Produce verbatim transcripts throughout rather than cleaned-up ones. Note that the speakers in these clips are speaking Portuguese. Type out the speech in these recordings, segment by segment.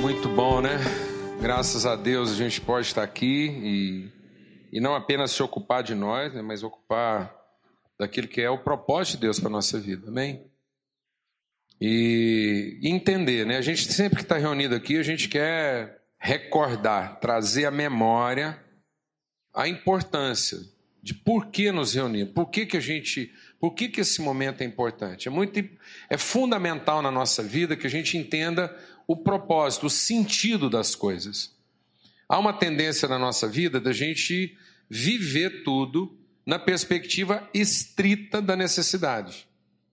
Muito bom, né? Graças a Deus a gente pode estar aqui e, e não apenas se ocupar de nós, né, mas ocupar daquilo que é o propósito de Deus para a nossa vida, amém? E, e entender, né? A gente sempre que está reunido aqui, a gente quer recordar, trazer à memória a importância de por que nos reunimos, por que que a gente, por que que esse momento é importante. É muito, é fundamental na nossa vida que a gente entenda o propósito, o sentido das coisas. Há uma tendência na nossa vida da gente viver tudo na perspectiva estrita da necessidade.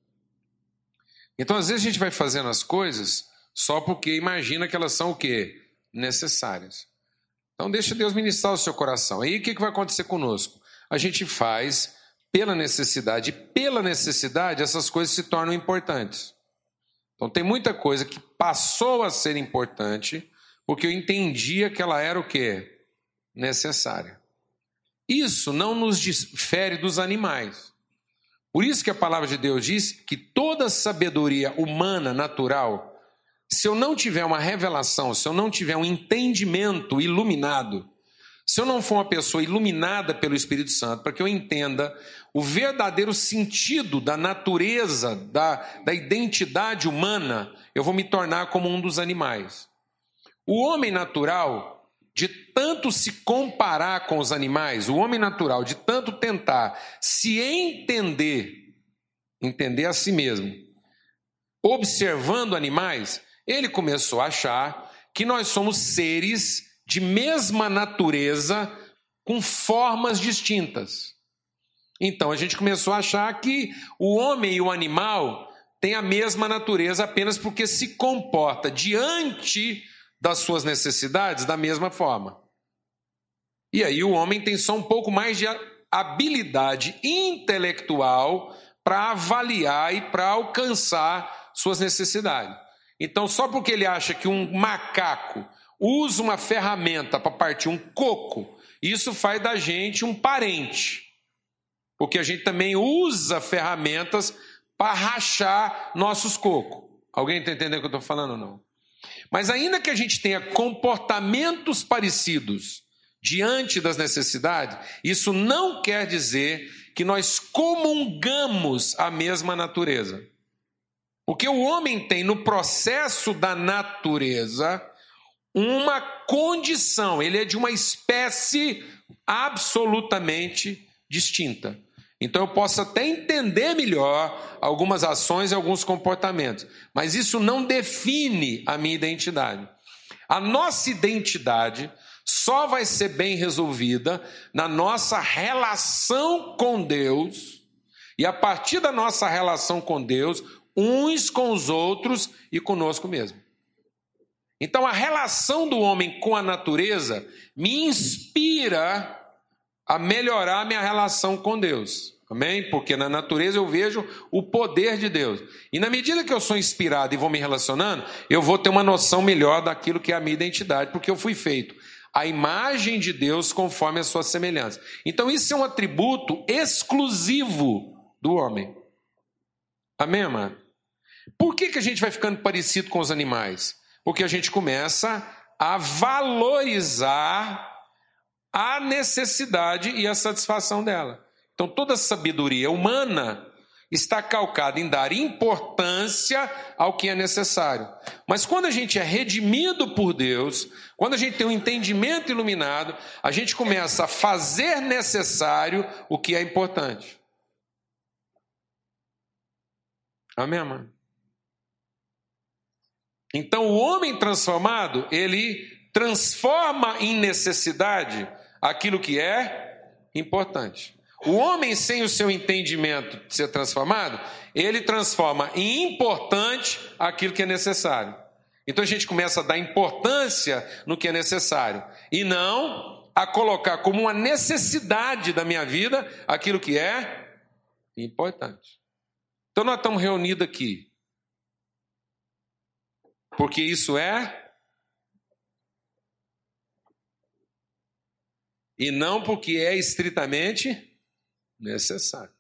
Então, às vezes a gente vai fazendo as coisas só porque imagina que elas são o quê? Necessárias. Então, deixa Deus ministrar o seu coração. Aí, o que vai acontecer conosco? A gente faz pela necessidade. E pela necessidade, essas coisas se tornam importantes. Então, tem muita coisa que passou a ser importante porque eu entendia que ela era o quê? Necessária. Isso não nos difere dos animais. Por isso que a palavra de Deus diz que toda sabedoria humana, natural, se eu não tiver uma revelação, se eu não tiver um entendimento iluminado, se eu não for uma pessoa iluminada pelo Espírito Santo, para que eu entenda o verdadeiro sentido da natureza, da, da identidade humana, eu vou me tornar como um dos animais. O homem natural, de tanto se comparar com os animais, o homem natural, de tanto tentar se entender, entender a si mesmo, observando animais, ele começou a achar que nós somos seres de mesma natureza com formas distintas. Então a gente começou a achar que o homem e o animal têm a mesma natureza apenas porque se comporta diante das suas necessidades da mesma forma. E aí o homem tem só um pouco mais de habilidade intelectual para avaliar e para alcançar suas necessidades. Então, só porque ele acha que um macaco usa uma ferramenta para partir um coco, isso faz da gente um parente. Porque a gente também usa ferramentas para rachar nossos cocos. Alguém está entendendo o que eu estou falando ou não? Mas ainda que a gente tenha comportamentos parecidos diante das necessidades, isso não quer dizer que nós comungamos a mesma natureza. Porque o homem tem no processo da natureza uma condição, ele é de uma espécie absolutamente distinta. Então eu posso até entender melhor algumas ações e alguns comportamentos, mas isso não define a minha identidade. A nossa identidade só vai ser bem resolvida na nossa relação com Deus, e a partir da nossa relação com Deus, uns com os outros e conosco mesmo. Então a relação do homem com a natureza me inspira a melhorar a minha relação com Deus. Amém? Porque na natureza eu vejo o poder de Deus. E na medida que eu sou inspirado e vou me relacionando, eu vou ter uma noção melhor daquilo que é a minha identidade, porque eu fui feito a imagem de Deus conforme a sua semelhança. Então isso é um atributo exclusivo do homem. Amém, amado? Por que que a gente vai ficando parecido com os animais? Porque a gente começa a valorizar a necessidade e a satisfação dela. Então toda a sabedoria humana está calcada em dar importância ao que é necessário. Mas quando a gente é redimido por Deus, quando a gente tem um entendimento iluminado, a gente começa a fazer necessário o que é importante. Amém, amado? Então o homem transformado, ele transforma em necessidade aquilo que é importante. O homem sem o seu entendimento de ser transformado, ele transforma em importante aquilo que é necessário. Então a gente começa a dar importância no que é necessário e não a colocar como uma necessidade da minha vida aquilo que é importante. Então nós estamos reunidos aqui porque isso é e não porque é estritamente necessário.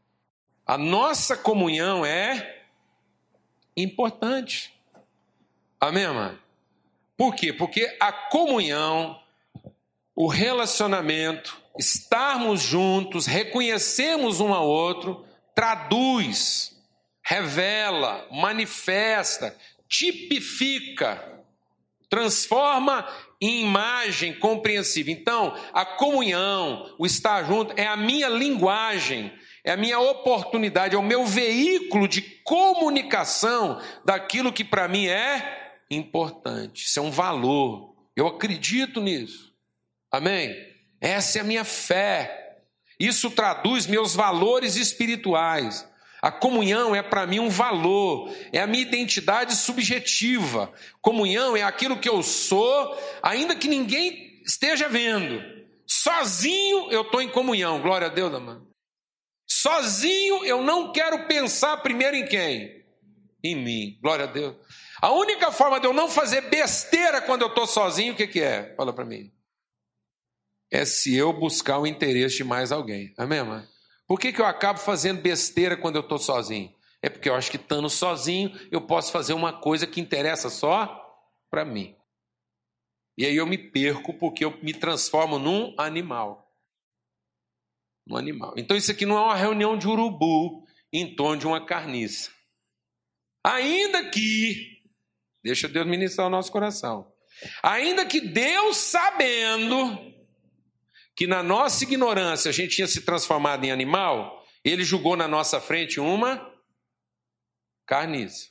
A nossa comunhão é importante. Amém, irmã? Por quê? Porque a comunhão, o relacionamento, estarmos juntos, reconhecermos um ao outro, traduz, revela, manifesta, tipifica, transforma em imagem compreensível. Então, a comunhão, o estar junto, é a minha linguagem, é a minha oportunidade, é o meu veículo de comunicação daquilo que para mim é importante. Isso é um valor. Eu acredito nisso. Amém? Essa é a minha fé. Isso traduz meus valores espirituais. A comunhão é para mim um valor, é a minha identidade subjetiva. Comunhão é aquilo que eu sou, ainda que ninguém esteja vendo. Sozinho eu estou em comunhão, glória a Deus, amado. Sozinho eu não quero pensar primeiro em quem? Em mim, glória a Deus. A única forma de eu não fazer besteira quando eu estou sozinho, o que, que é? Fala para mim. É se eu buscar o interesse de mais alguém. Amém, irmã? Por que, que eu acabo fazendo besteira quando eu estou sozinho? É porque eu acho que estando sozinho eu posso fazer uma coisa que interessa só para mim. E aí eu me perco porque eu me transformo num animal. Um animal. Então isso aqui não é uma reunião de urubu em torno de uma carniça. Ainda que, deixa Deus ministrar o nosso coração, ainda que Deus, sabendo que na nossa ignorância a gente tinha se transformado em animal, ele julgou na nossa frente uma carniça.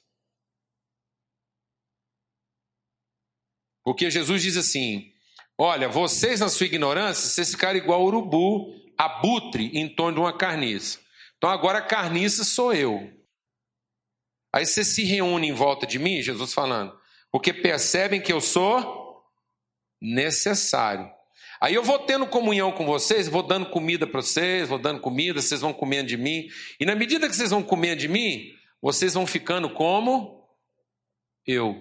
Porque Jesus diz assim, olha, vocês na sua ignorância, vocês ficaram igual urubu, abutre em torno de uma carniça. Então agora a carniça sou eu. Aí vocês se reúnem em volta de mim, Jesus falando, porque percebem que eu sou necessário. Aí eu vou tendo comunhão com vocês, vou dando comida para vocês, vou dando comida, vocês vão comendo de mim. E na medida que vocês vão comendo de mim, vocês vão ficando como eu.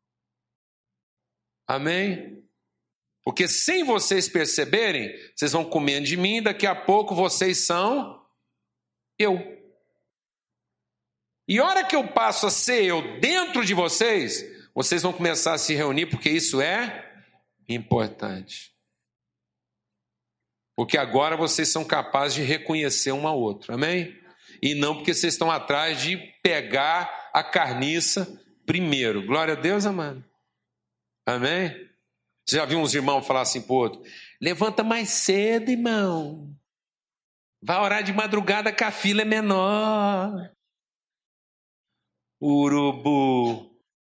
Amém? Porque sem vocês perceberem, vocês vão comendo de mim, daqui a pouco vocês são eu. E a hora que eu passo a ser eu dentro de vocês, vocês vão começar a se reunir, porque isso é importante. Porque agora vocês são capazes de reconhecer um ao outro, amém? E não porque vocês estão atrás de pegar a carniça primeiro. Glória a Deus, amado. Amém? Você já viu uns irmãos falar assim pro outro, levanta mais cedo, irmão. Vai orar de madrugada que a fila é menor. Urubu.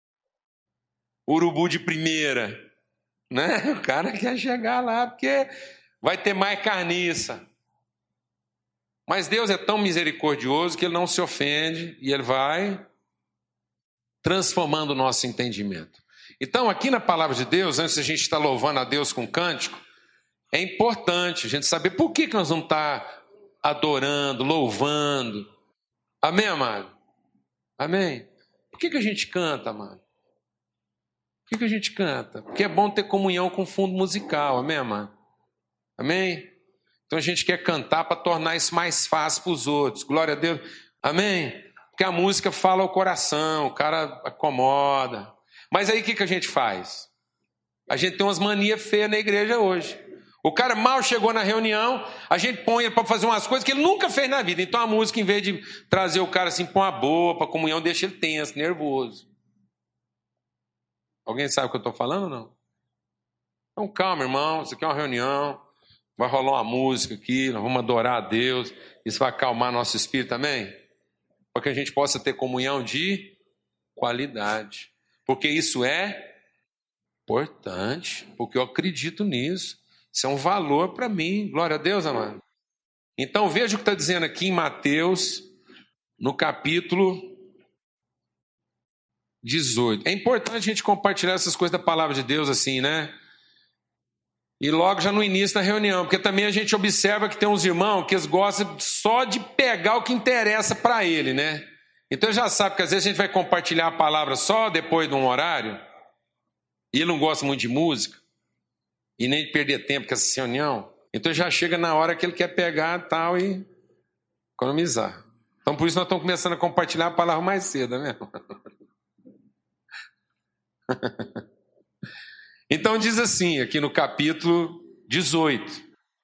Urubu de primeira. Né? O cara quer chegar lá porque vai ter mais carniça. Mas Deus é tão misericordioso que Ele não se ofende e Ele vai transformando o nosso entendimento. Então, aqui na palavra de Deus, antes de a gente estar louvando a Deus com cântico, é importante a gente saber por que, que nós vamos estar adorando, louvando. Amém, amado? Amém? Por que, que a gente canta, amado? Por que, que a gente canta? Porque é bom ter comunhão com fundo musical, amém, amado? Amém? Então a gente quer cantar para tornar isso mais fácil para os outros. Glória a Deus. Amém? Porque a música fala ao coração, o cara acomoda. Mas aí o que, que a gente faz? A gente tem umas manias feias na igreja hoje. O cara mal chegou na reunião, a gente põe ele para fazer umas coisas que ele nunca fez na vida. Então a música, em vez de trazer o cara assim para uma boa, para a comunhão, deixa ele tenso, nervoso. Alguém sabe o que eu estou falando ou não? Então calma, irmão, isso aqui é uma reunião. Vai rolar uma música aqui, nós vamos adorar a Deus. Isso vai acalmar nosso espírito também. Para que a gente possa ter comunhão de qualidade. Porque isso é importante. Porque eu acredito nisso. Isso é um valor para mim. Glória a Deus, amado. Então veja o que está dizendo aqui em Mateus, no capítulo dezoito. É importante a gente compartilhar essas coisas da palavra de Deus assim, né? E logo já no início da reunião, porque também a gente observa que tem uns irmãos que eles gostam só de pegar o que interessa para ele, né? Então já sabe que às vezes a gente vai compartilhar a palavra só depois de um horário, e ele não gosta muito de música, e nem de perder tempo com essa reunião, então já chega na hora que ele quer pegar tal e economizar. Então por isso nós estamos começando a compartilhar a palavra mais cedo, né? Então diz assim, aqui no capítulo dezoito.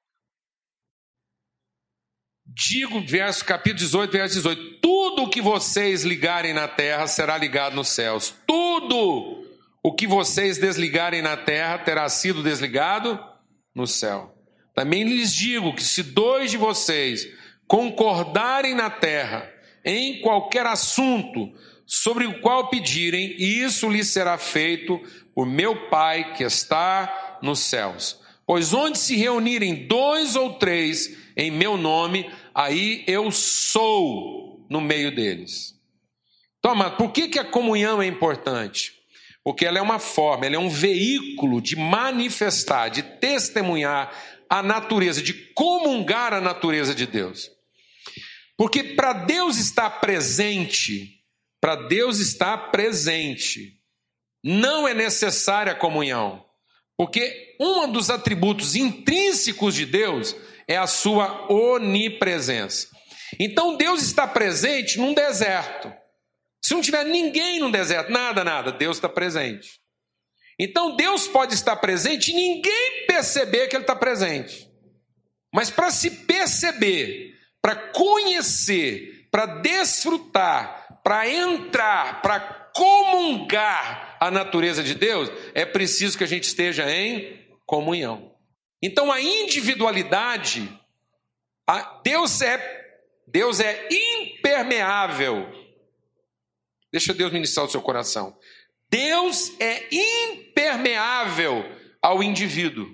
Digo, verso, capítulo dezoito, verso dezoito. Tudo o que vocês ligarem na terra será ligado nos céus. Tudo o que vocês desligarem na terra terá sido desligado no céu. Também lhes digo que se dois de vocês concordarem na terra em qualquer assunto sobre o qual pedirem, isso lhes será feito por meu Pai que está nos céus. Pois onde se reunirem dois ou três em meu nome, aí eu sou no meio deles. Então, amado, por que que a comunhão é importante? Porque ela é uma forma, ela é um veículo de manifestar, de testemunhar a natureza, de comungar a natureza de Deus. Porque para Deus estar presente, para Deus estar presente, não é necessária a comunhão. Porque um dos atributos intrínsecos de Deus é a sua onipresença. Então Deus está presente num deserto. Se não tiver ninguém no deserto, nada, nada, Deus está presente. Então Deus pode estar presente e ninguém perceber que Ele está presente. Mas para se perceber, para conhecer, para desfrutar, para entrar, para comungar a natureza de Deus, é preciso que a gente esteja em comunhão. Então a individualidade, a Deus é, Deus é impermeável. Deixa Deus ministrar o seu coração. Deus é impermeável ao indivíduo.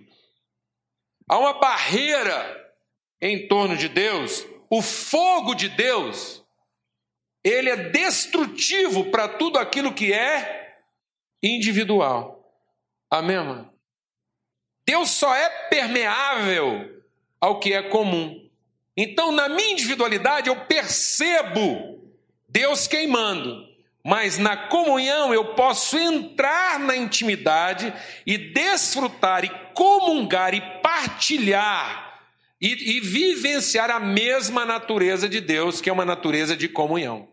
Há uma barreira em torno de Deus. O fogo de Deus, ele é destrutivo para tudo aquilo que é individual. Amém, irmão? Deus só é permeável ao que é comum. Então, na minha individualidade, eu percebo Deus queimando. Mas na comunhão eu posso entrar na intimidade e desfrutar e comungar e partilhar e, e vivenciar a mesma natureza de Deus, que é uma natureza de comunhão.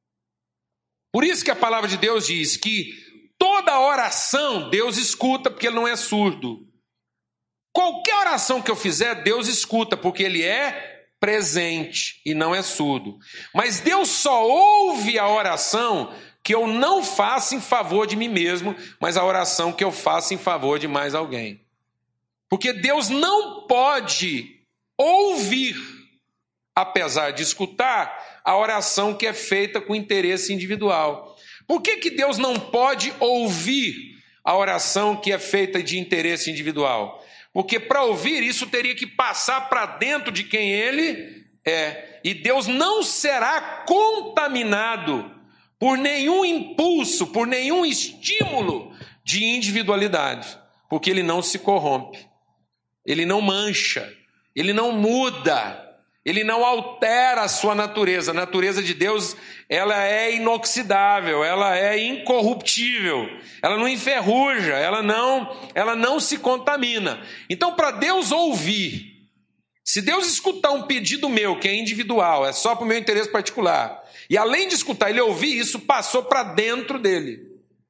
Por isso que a palavra de Deus diz que toda oração Deus escuta, porque Ele não é surdo. Qualquer oração que eu fizer, Deus escuta, porque Ele é presente e não é surdo. Mas Deus só ouve a oração que eu não faço em favor de mim mesmo, mas a oração que eu faço em favor de mais alguém. Porque Deus não pode ouvir, apesar de escutar, a oração que é feita com interesse individual. Por que que Deus não pode ouvir a oração que é feita de interesse individual? Porque para ouvir isso teria que passar para dentro de quem Ele é. E Deus não será contaminado por nenhum impulso, por nenhum estímulo de individualidade. Porque Ele não se corrompe, Ele não mancha, Ele não muda, Ele não altera a sua natureza. A natureza de Deus, ela é inoxidável, ela é incorruptível, ela não enferruja, ela não, ela não se contamina. Então, para Deus ouvir, se Deus escutar um pedido meu, que é individual, é só para o meu interesse particular, e além de escutar, Ele ouvir, isso passou para dentro dele.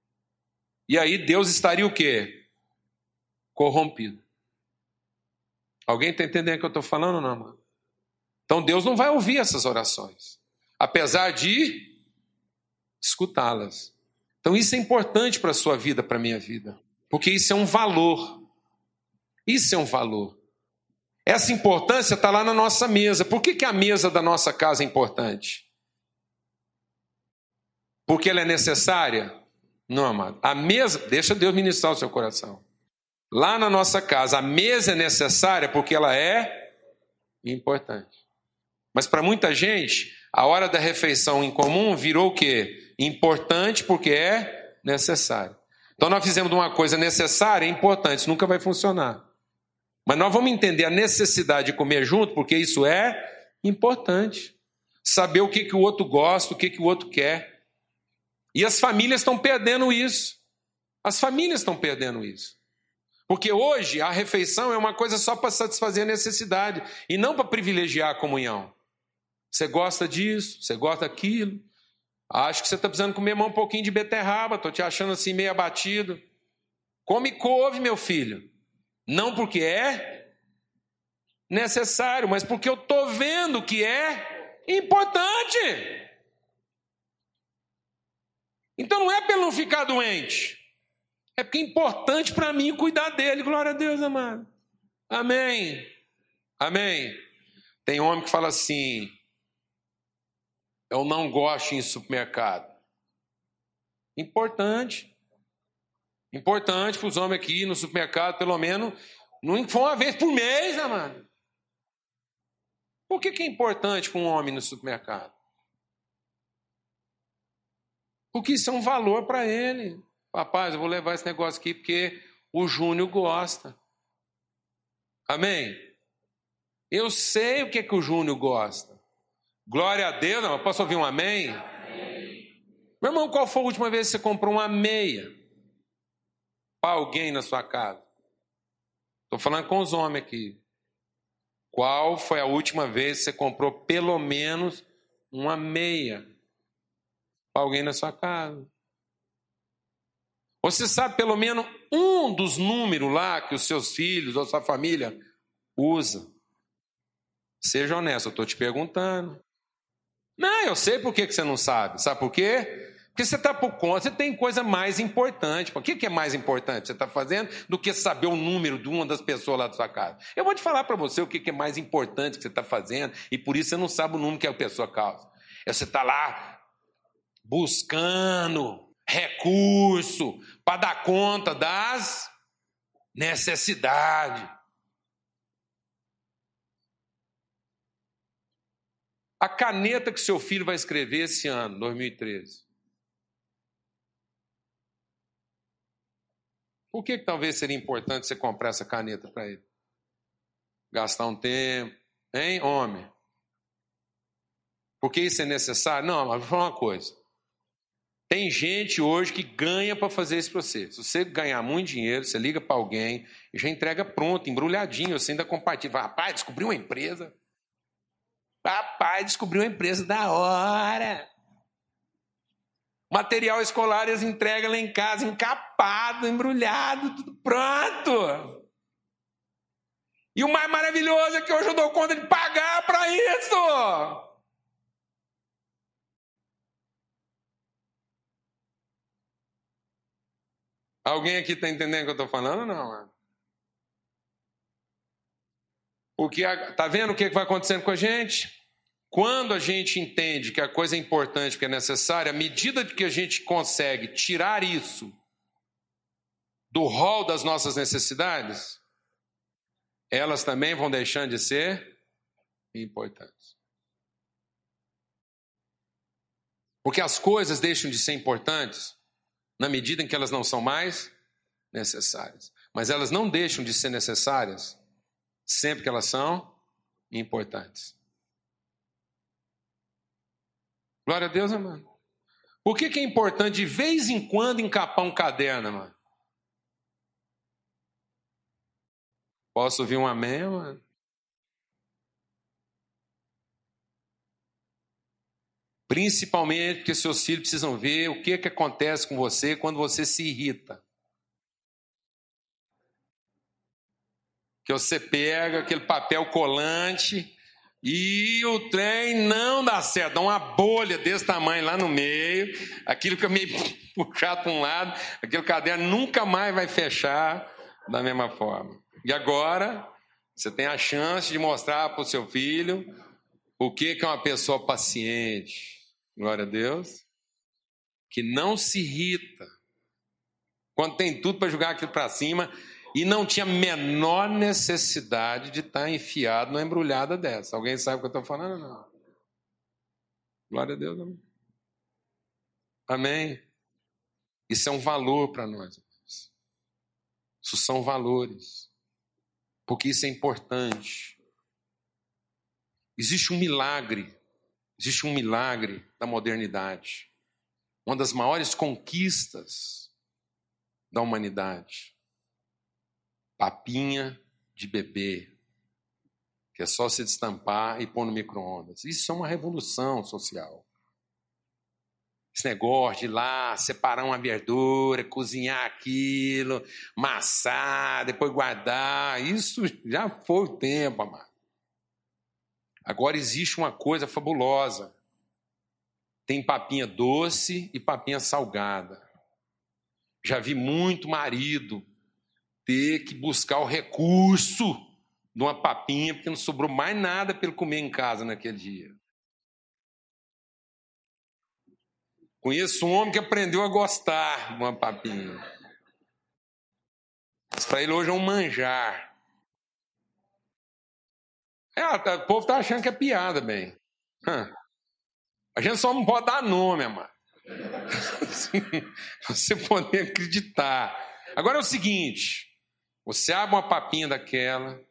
E aí Deus estaria o quê? Corrompido. Alguém está entendendo o que eu estou falando ou não, mano? Então Deus não vai ouvir essas orações, apesar de escutá-las. Então isso é importante para a sua vida, para a minha vida, porque isso é um valor. Isso é um valor. Essa importância está lá na nossa mesa. Por que que a mesa da nossa casa é importante? Porque ela é necessária? Não, amado. A mesa, deixa Deus ministrar o seu coração. Lá na nossa casa, a mesa é necessária porque ela é importante. Mas para muita gente, a hora da refeição em comum virou o quê? Importante porque é necessário. Então nós fizemos uma coisa necessária e importante, isso nunca vai funcionar. Mas nós vamos entender a necessidade de comer junto, porque isso é importante. Saber o que, que o outro gosta, o que, que o outro quer. E as famílias estão perdendo isso. As famílias estão perdendo isso. Porque hoje a refeição é uma coisa só para satisfazer a necessidade e não para privilegiar a comunhão. Você gosta disso, você gosta daquilo. Acho que você está precisando comer um pouquinho de beterraba, estou te achando assim meio abatido. Come couve, meu filho. Não porque é necessário, mas porque eu estou vendo que é importante. Então não é pelo não ficar doente. É porque é importante para mim cuidar dele. Glória a Deus, amado. Amém. Amém. Tem homem que fala assim: eu não gosto de ir em supermercado. Importante. Importante para os homens aqui ir no supermercado, pelo menos, não for uma vez por mês, amado. Por que, que é importante para um homem no supermercado? Porque isso é um valor para ele. Rapaz, eu vou levar esse negócio aqui porque o Júnior gosta. Amém? Eu sei o que, é que o Júnior gosta. Glória a Deus. Não, posso ouvir um amém? Amém? Meu irmão, qual foi a última vez que você comprou uma meia para alguém na sua casa? Estou falando com os homens aqui. Qual foi a última vez que você comprou pelo menos uma meia para alguém na sua casa? Você sabe pelo menos um dos números lá que os seus filhos ou sua família usa? Seja honesto, eu estou te perguntando. Não, eu sei por que você não sabe. Sabe por quê? Porque você está por conta, você tem coisa mais importante. O que é mais importante você está fazendo do que saber o número de uma das pessoas lá da sua casa? Eu vou te falar para você o que é mais importante que você está fazendo e por isso você não sabe o número que a pessoa causa. É você está lá buscando recurso para dar conta das necessidades. A caneta que seu filho vai escrever esse ano, dois mil e treze. Por que, que talvez seria importante você comprar essa caneta para ele? Gastar um tempo, hein, homem? Porque isso é necessário? Não, mas vou falar uma coisa. Tem gente hoje que ganha para fazer esse processo. Se você ganhar muito dinheiro, você liga para alguém e já entrega pronto, embrulhadinho, você ainda compartilha. Rapaz, descobriu uma empresa. Rapaz, descobriu uma empresa da hora. Material escolar eles entregam lá em casa, encapado, embrulhado, tudo pronto. E o mais maravilhoso é que hoje eu dou conta de pagar para isso. Alguém aqui está entendendo o que eu estou falando ou não? Mano? Porque está vendo o que vai acontecendo com a gente? Quando a gente entende que a coisa é importante, que é necessária, à medida que a gente consegue tirar isso do rol das nossas necessidades, elas também vão deixando de ser importantes. Porque as coisas deixam de ser importantes na medida em que elas não são mais necessárias. Mas elas não deixam de ser necessárias sempre que elas são importantes. Glória a Deus, mano. Por que, que é importante de vez em quando encapar um caderno, mano? Posso ouvir um amém, mano? Principalmente porque seus filhos precisam ver o que, que acontece com você quando você se irrita. Que você pega aquele papel colante e o trem não dá certo. Dá uma bolha desse tamanho lá no meio, aquilo fica meio puxado para um lado, aquele caderno nunca mais vai fechar da mesma forma. E agora, você tem a chance de mostrar para o seu filho o que é uma pessoa paciente. Glória a Deus. Que não se irrita. Quando tem tudo para jogar aquilo para cima e não tinha a menor necessidade de estar enfiado numa embrulhada dessa. Alguém sabe o que eu estou falando? Não. Glória a Deus. Amém. Amém. Isso é um valor para nós. Isso são valores. Porque isso é importante. Existe um milagre. Existe um milagre da modernidade. Uma das maiores conquistas da humanidade. Papinha de bebê, que é só se destampar e pôr no micro-ondas. Isso é uma revolução social. Esse negócio de ir lá, separar uma verdura, cozinhar aquilo, amassar, depois guardar, isso já foi o tempo, amado. Agora existe uma coisa fabulosa. Tem papinha doce e papinha salgada. Já vi muito marido ter que buscar o recurso de uma papinha, porque não sobrou mais nada para ele comer em casa naquele dia. Conheço um homem que aprendeu a gostar de uma papinha. Isso para ele hoje é um manjar. É, o povo está achando que é piada, bem. A gente só não pode dar nome, amado. Você poder acreditar. Agora é o seguinte, você abre uma papinha daquela,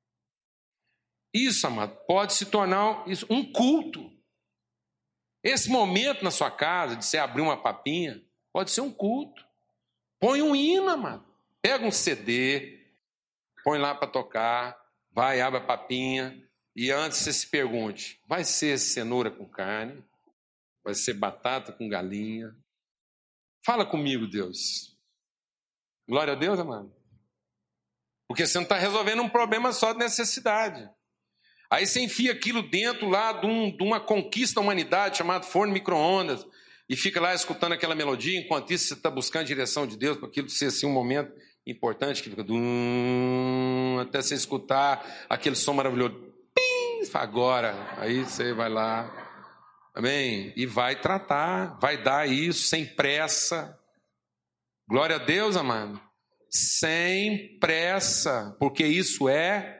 isso, amado, pode se tornar isso, um culto. Esse momento na sua casa, de você abrir uma papinha, pode ser um culto. Põe um hino, amado. Pega um C D, põe lá para tocar, vai, abre a papinha, e antes você se pergunte, vai ser cenoura com carne? Vai ser batata com galinha? Fala comigo, Deus. Glória a Deus, amado. Porque você não está resolvendo um problema só de necessidade. Aí você enfia aquilo dentro lá de, um, de uma conquista da humanidade chamada forno micro-ondas e fica lá escutando aquela melodia, enquanto isso você está buscando a direção de Deus para aquilo ser assim um momento importante que fica dum, até você escutar aquele som maravilhoso. Pim, agora, aí você vai lá, amém? E vai tratar, vai dar isso sem pressa. Glória a Deus, amado. Sem pressa, porque isso é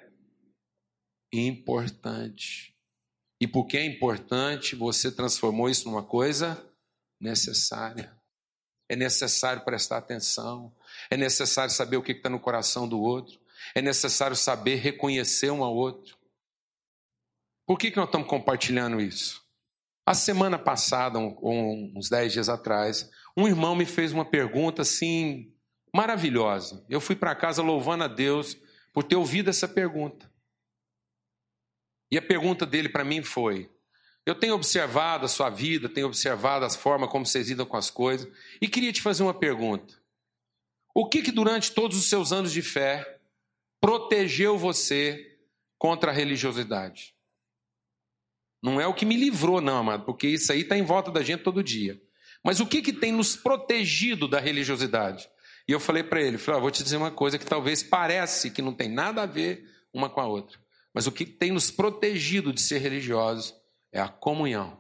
importante. E porque é importante, você transformou isso numa coisa necessária. É necessário prestar atenção. É necessário saber o que está no coração do outro. É necessário saber reconhecer um ao outro. Por que que nós estamos compartilhando isso? A semana passada, um, uns dez dias atrás, um irmão me fez uma pergunta assim, maravilhosa. Eu fui para casa louvando a Deus por ter ouvido essa pergunta. E a pergunta dele para mim foi, eu tenho observado a sua vida, tenho observado as formas como vocês lidam com as coisas, e queria te fazer uma pergunta. O que que durante todos os seus anos de fé protegeu você contra a religiosidade? Não é o que me livrou, não, amado, porque isso aí está em volta da gente todo dia. Mas o que que tem nos protegido da religiosidade? E eu falei para ele, falei, ah, vou te dizer uma coisa que talvez parece que não tem nada a ver uma com a outra. Mas o que tem nos protegido de ser religiosos é a comunhão.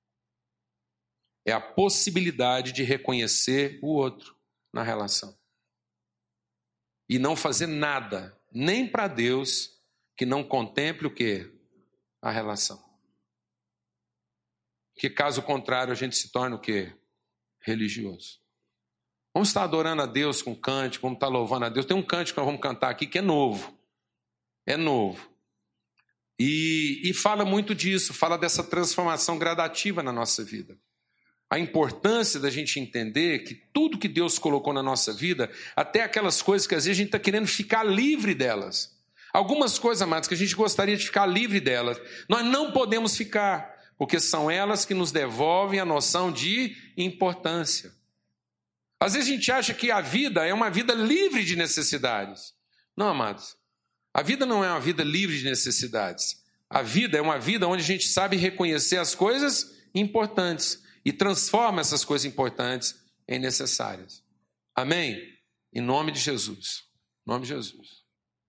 É a possibilidade de reconhecer o outro na relação. E não fazer nada, nem para Deus, que não contemple o quê? A relação. Porque caso contrário, a gente se torna o quê? Religioso. Vamos estar adorando a Deus com cântico, vamos estar louvando a Deus. Tem um cântico que nós vamos cantar aqui que é novo. É novo. E, e fala muito disso, fala dessa transformação gradativa na nossa vida. A importância da gente entender que tudo que Deus colocou na nossa vida, até aquelas coisas que às vezes a gente está querendo ficar livre delas. Algumas coisas, amados, que a gente gostaria de ficar livre delas, nós não podemos ficar, porque são elas que nos devolvem a noção de importância. Às vezes a gente acha que a vida é uma vida livre de necessidades. Não, amados. A vida não é uma vida livre de necessidades. A vida é uma vida onde a gente sabe reconhecer as coisas importantes e transforma essas coisas importantes em necessárias. Amém? Em nome de Jesus. Em nome de Jesus.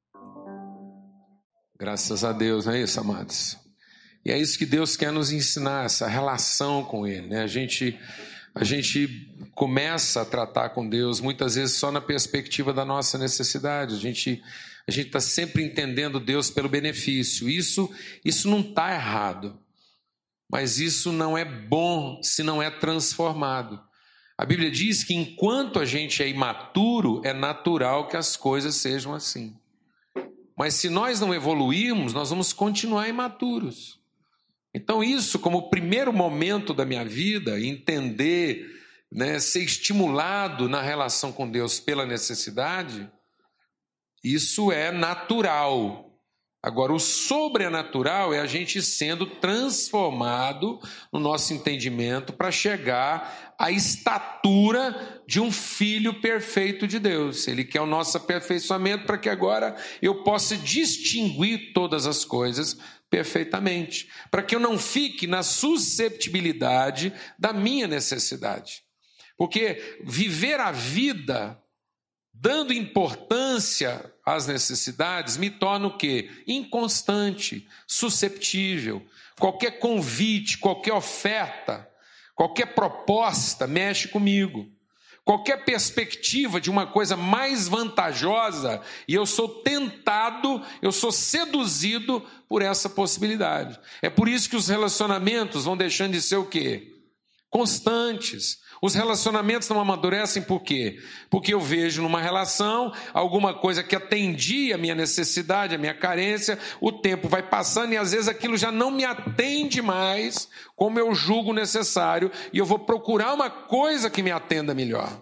Graças a Deus, não é isso, amados? E é isso que Deus quer nos ensinar, essa relação com Ele, né? A gente, a gente começa a tratar com Deus muitas vezes só na perspectiva da nossa necessidade. A gente a gente está sempre entendendo Deus pelo benefício. Isso, isso não está errado, mas isso não é bom se não é transformado. A Bíblia diz que enquanto a gente é imaturo, é natural que as coisas sejam assim. Mas se nós não evoluirmos, nós vamos continuar imaturos. Então isso, como primeiro momento da minha vida, entender, né, ser estimulado na relação com Deus pela necessidade, isso é natural. Agora, o sobrenatural é a gente sendo transformado no nosso entendimento para chegar à estatura de um filho perfeito de Deus. Ele quer o nosso aperfeiçoamento para que agora eu possa distinguir todas as coisas perfeitamente, para que eu não fique na susceptibilidade da minha necessidade. Porque viver a vida dando importância às necessidades me torna o quê? Inconstante, susceptível. Qualquer convite, qualquer oferta, qualquer proposta mexe comigo. Qualquer perspectiva de uma coisa mais vantajosa, e eu sou tentado, eu sou seduzido por essa possibilidade. É por isso que os relacionamentos vão deixando de ser o quê? Constantes. Os relacionamentos não amadurecem por quê? Porque eu vejo numa relação alguma coisa que atendia a minha necessidade, a minha carência, o tempo vai passando e às vezes aquilo já não me atende mais como eu julgo necessário e eu vou procurar uma coisa que me atenda melhor.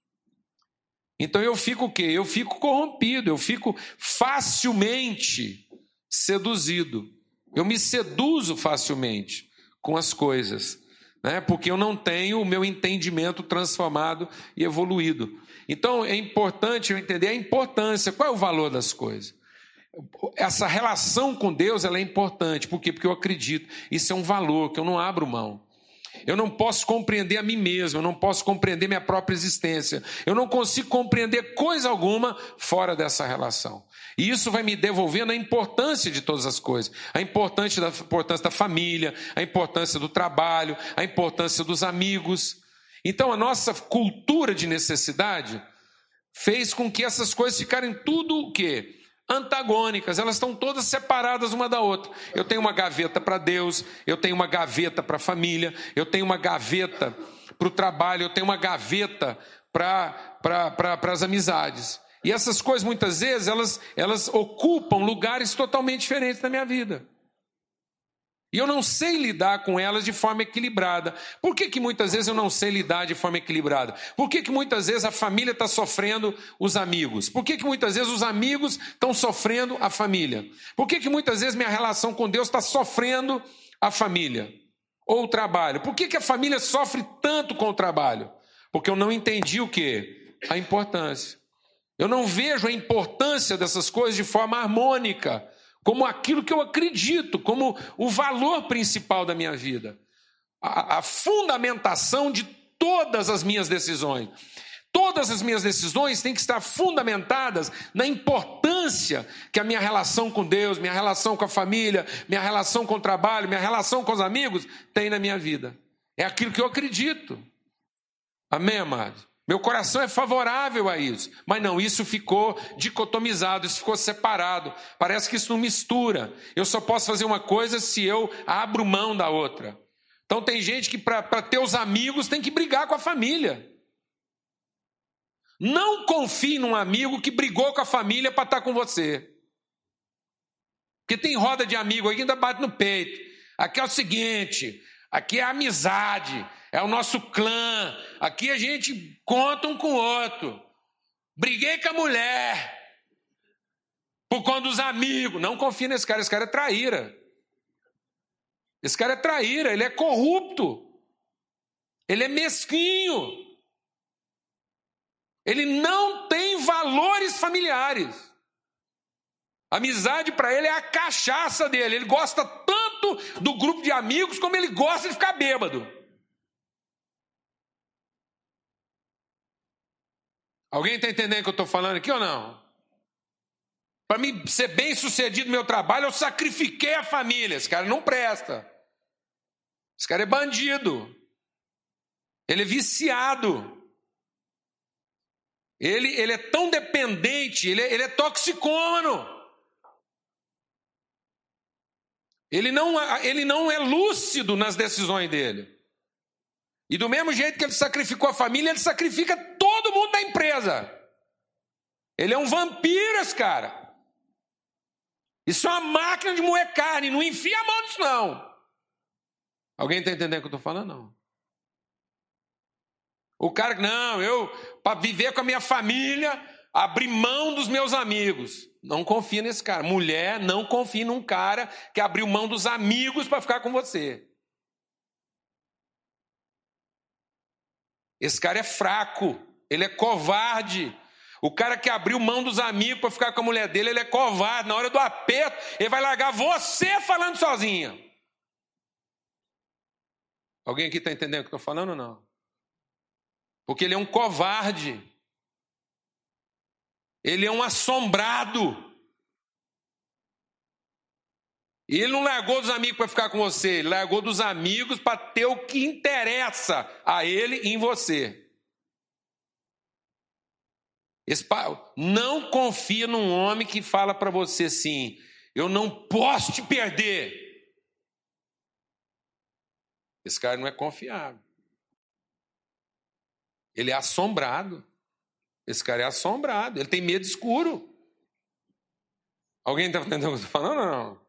Então eu fico o quê? Eu fico corrompido, eu fico facilmente seduzido. Eu me seduzo facilmente com as coisas. Né? Porque eu não tenho o meu entendimento transformado e evoluído. Então é importante eu entender a importância, qual é o valor das coisas. Essa relação com Deus ela é importante, por quê? Porque eu acredito, isso é um valor que eu não abro mão. Eu não posso compreender a mim mesmo, eu não posso compreender minha própria existência, eu não consigo compreender coisa alguma fora dessa relação. E isso vai me devolvendo a importância de todas as coisas, a importância da, a importância da família, a importância do trabalho, a importância dos amigos. Então a nossa cultura de necessidade fez com que essas coisas ficarem tudo o quê? Antagônicas, elas estão todas separadas uma da outra. Eu tenho uma gaveta para Deus, eu tenho uma gaveta para a família, eu tenho uma gaveta para o trabalho, eu tenho uma gaveta para para para para as amizades. E essas coisas muitas vezes elas, elas ocupam lugares totalmente diferentes na minha vida. E eu não sei lidar com elas de forma equilibrada. Por que que muitas vezes eu não sei lidar de forma equilibrada? Por que que muitas vezes a família está sofrendo os amigos? Por que que muitas vezes os amigos estão sofrendo a família? Por que que muitas vezes minha relação com Deus está sofrendo a família? Ou o trabalho? Por que que a família sofre tanto com o trabalho? Porque eu não entendi o quê? A importância. Eu não vejo a importância dessas coisas de forma harmônica, como aquilo que eu acredito, como o valor principal da minha vida. A, a fundamentação de todas as minhas decisões. Todas as minhas decisões têm que estar fundamentadas na importância que a minha relação com Deus, minha relação com a família, minha relação com o trabalho, minha relação com os amigos tem na minha vida. É aquilo que eu acredito. Amém, amado? Meu coração é favorável a isso, mas não, isso ficou dicotomizado, isso ficou separado, parece que isso não mistura. Eu só posso fazer uma coisa se eu abro mão da outra. Então tem gente que para ter os amigos tem que brigar com a família. Não confie num amigo que brigou com a família para estar com você. Porque tem roda de amigo aí que ainda bate no peito. Aqui é o seguinte, aqui é a amizade, é o nosso clã, aqui a gente conta um com o outro. Briguei com a mulher por conta dos amigos. Não confia nesse cara, esse cara é traíra. Esse cara é traíra, ele é corrupto. Ele é mesquinho. Ele não tem valores familiares. Amizade para ele é a cachaça dele. Ele gosta tanto do grupo de amigos como ele gosta de ficar bêbado. Alguém está entendendo o que eu estou falando aqui ou não? Para mim ser bem sucedido no meu trabalho, eu sacrifiquei a família. Esse cara não presta. Esse cara é bandido. Ele é viciado. Ele, ele é tão dependente, ele é, ele é toxicômano. Ele não, ele não é lúcido nas decisões dele. E do mesmo jeito que ele sacrificou a família, ele sacrifica todo mundo da empresa. Ele é um vampiro, esse cara. Isso é uma máquina de moer carne, não enfia a mão nisso não. Alguém está entendendo o que eu estou falando? Não. O cara, não, eu, para viver com a minha família, abri mão dos meus amigos. Não confia nesse cara. Mulher, não confia num cara que abriu mão dos amigos para ficar com você. Esse cara é fraco, ele é covarde. O cara que abriu mão dos amigos para ficar com a mulher dele, ele é covarde. Na hora do aperto, ele vai largar você falando sozinha. Alguém aqui está entendendo o que eu estou falando ou não? Porque ele é um covarde. Ele é um assombrado. E ele não largou dos amigos para ficar com você, ele largou dos amigos para ter o que interessa a ele e em você. Esse, não confia num homem que fala para você assim, eu não posso te perder. Esse cara não é confiável. Ele é assombrado. Esse cara é assombrado, ele tem medo escuro. Alguém está entendendo o que eu estou falando ou não?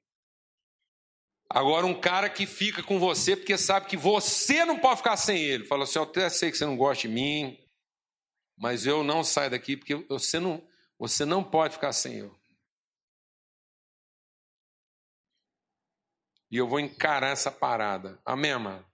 Agora um cara que fica com você porque sabe que você não pode ficar sem ele. Fala assim, eu até sei que você não gosta de mim, mas eu não saio daqui porque você não, você não pode ficar sem eu. E eu vou encarar essa parada. Amém, amado?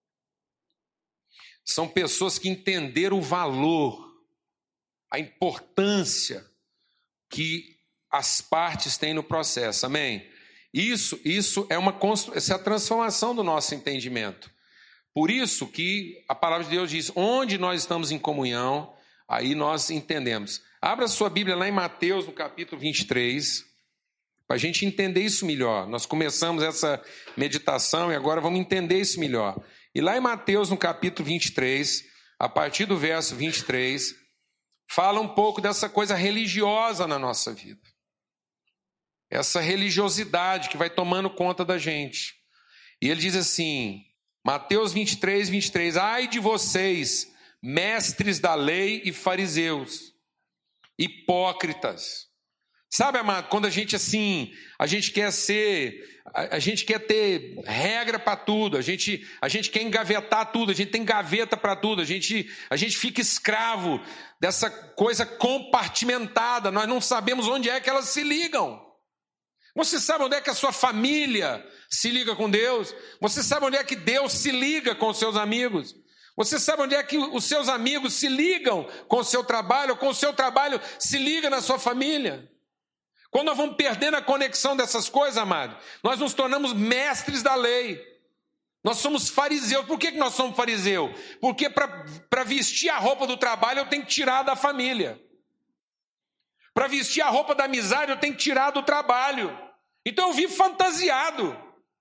São pessoas que entenderam o valor, a importância que as partes têm no processo. Amém? Isso, isso é uma essa é a transformação do nosso entendimento. Por isso que a palavra de Deus diz, onde nós estamos em comunhão, aí nós entendemos. Abra sua Bíblia lá em Mateus, no capítulo vinte e três, para a gente entender isso melhor. Nós começamos essa meditação e agora vamos entender isso melhor. E lá em Mateus, no capítulo vinte e três, a partir do verso vinte e três, fala um pouco dessa coisa religiosa na nossa vida. Essa religiosidade que vai tomando conta da gente. E ele diz assim, Mateus vinte e três, vinte e três, ai de vocês, mestres da lei e fariseus, hipócritas. Sabe, amado, quando a gente assim, a gente quer ser, a, a gente quer ter regra para tudo, a gente, a gente quer engavetar tudo, a gente tem gaveta para tudo, a gente, a gente fica escravo dessa coisa compartimentada, nós não sabemos onde é que elas se ligam. Você sabe onde é que a sua família se liga com Deus? Você sabe onde é que Deus se liga com os seus amigos? Você sabe onde é que os seus amigos se ligam com o seu trabalho, ou com o seu trabalho se liga na sua família? Quando nós vamos perdendo a conexão dessas coisas, amado, nós nos tornamos mestres da lei. Nós somos fariseus. Por que que nós somos fariseus? Porque para vestir a roupa do trabalho eu tenho que tirar da família. Para vestir a roupa da amizade eu tenho que tirar do trabalho. Então eu vivo fantasiado.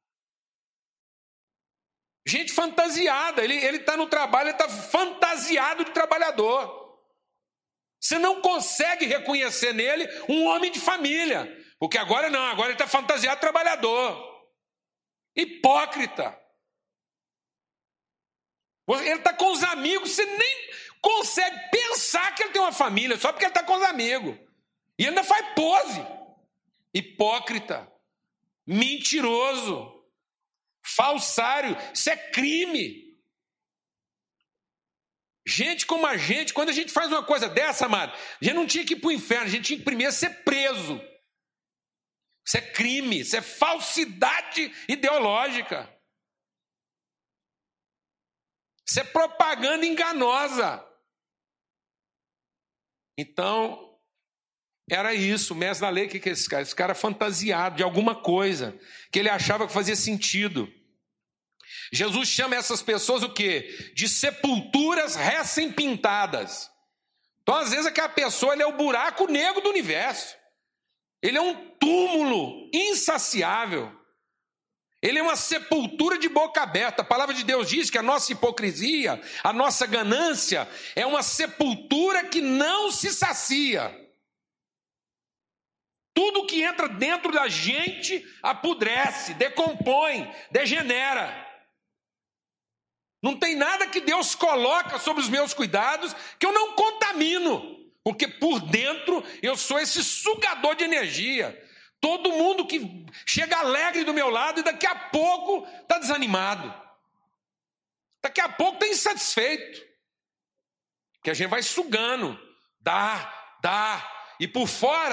Gente fantasiada. Ele está no trabalho, ele está fantasiado de trabalhador. Você não consegue reconhecer nele um homem de família. Porque agora não, agora ele está fantasiado de trabalhador. Hipócrita. Ele está com os amigos, você nem consegue pensar que ele tem uma família, só porque ele está com os amigos. E ainda faz pose. Hipócrita. Mentiroso. Falsário. Isso é crime. Gente como a gente, quando a gente faz uma coisa dessa, amado, a gente não tinha que ir para o inferno, a gente tinha que primeiro ser preso. Isso é crime, isso é falsidade ideológica. Isso é propaganda enganosa. Então, era isso, o mestre da lei, o que é esse cara? Esse cara fantasiado de alguma coisa, que ele achava que fazia sentido. Jesus chama essas pessoas o quê? De sepulturas recém-pintadas. Então, às vezes, aquela pessoa ele é o buraco negro do universo. Ele é um túmulo insaciável. Ele é uma sepultura de boca aberta. A palavra de Deus diz que a nossa hipocrisia, a nossa ganância, é uma sepultura que não se sacia. Tudo que entra dentro da gente apodrece, decompõe, degenera. Não tem nada que Deus coloca sobre os meus cuidados que eu não contamino, porque por dentro eu sou esse sugador de energia. Todo mundo que chega alegre do meu lado e daqui a pouco está desanimado. Daqui a pouco está insatisfeito. Que a gente vai sugando, dá, dá, e por fora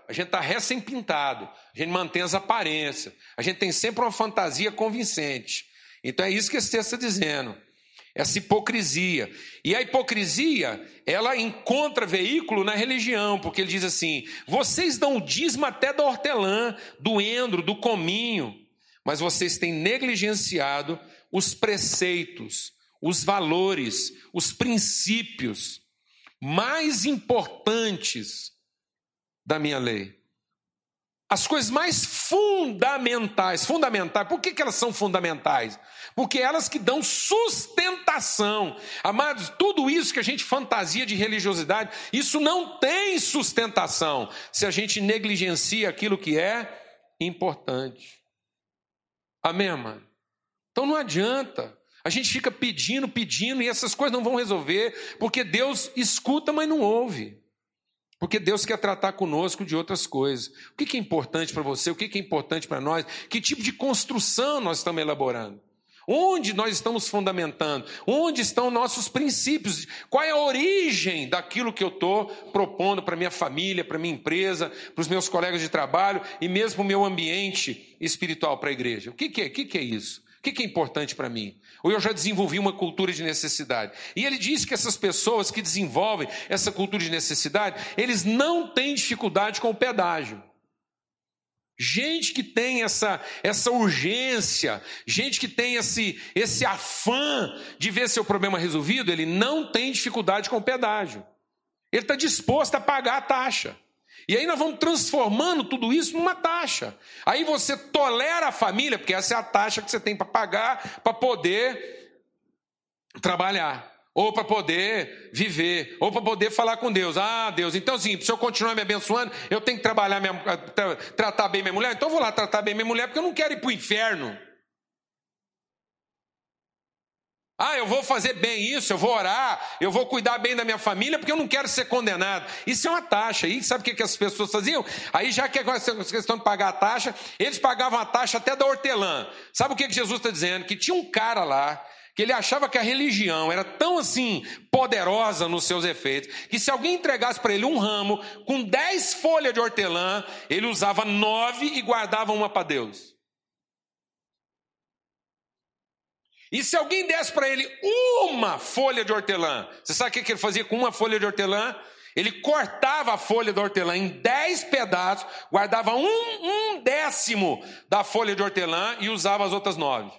a gente está recém-pintado, a gente mantém as aparências, a gente tem sempre uma fantasia convincente. Então é isso que esse texto está dizendo, essa hipocrisia. E a hipocrisia, ela encontra veículo na religião, porque ele diz assim: vocês dão o dízimo até da hortelã, do endro, do cominho, mas vocês têm negligenciado os preceitos, os valores, os princípios mais importantes da minha lei. As coisas mais fundamentais, fundamentais, por que que elas são fundamentais? Porque elas que dão sustentação. Amados, tudo isso que a gente fantasia de religiosidade, isso não tem sustentação se a gente negligencia aquilo que é importante. Amém, mano? Então não adianta. A gente fica pedindo, pedindo, e essas coisas não vão resolver, porque Deus escuta, mas não ouve. Porque Deus quer tratar conosco de outras coisas. O que é importante para você? O que é importante para nós? Que tipo de construção nós estamos elaborando? Onde nós estamos fundamentando? Onde estão nossos princípios? Qual é a origem daquilo que eu estou propondo para minha família, para minha empresa, para os meus colegas de trabalho e mesmo para o meu ambiente espiritual, para a igreja? O que é, o que é isso? O que é importante para mim? Ou eu já desenvolvi uma cultura de necessidade? E ele diz que essas pessoas que desenvolvem essa cultura de necessidade, eles não têm dificuldade com o pedágio. Gente que tem essa, essa urgência, gente que tem esse, esse afã de ver seu problema resolvido, ele não tem dificuldade com o pedágio. Ele está disposto a pagar a taxa. E aí nós vamos transformando tudo isso numa taxa. Aí você tolera a família, porque essa é a taxa que você tem para pagar para poder trabalhar, ou para poder viver, ou para poder falar com Deus. Ah, Deus, então assim, se eu continuar me abençoando, eu tenho que trabalhar, minha, tra, tratar bem minha mulher, então eu vou lá tratar bem minha mulher, porque eu não quero ir para o inferno. Ah, eu vou fazer bem isso, eu vou orar, eu vou cuidar bem da minha família, porque eu não quero ser condenado. Isso é uma taxa. E sabe o que, que as pessoas faziam? Aí, já que agora essa questão de pagar a taxa, eles pagavam a taxa até da hortelã. Sabe o que, que Jesus está dizendo? Que tinha um cara lá, que ele achava que a religião era tão assim poderosa nos seus efeitos, que se alguém entregasse para ele um ramo com dez folhas de hortelã, ele usava nove e guardava uma para Deus. E se alguém desse para ele uma folha de hortelã, você sabe o que ele fazia com uma folha de hortelã? Ele cortava a folha de hortelã em dez pedaços, guardava um, um décimo da folha de hortelã e usava as outras nove.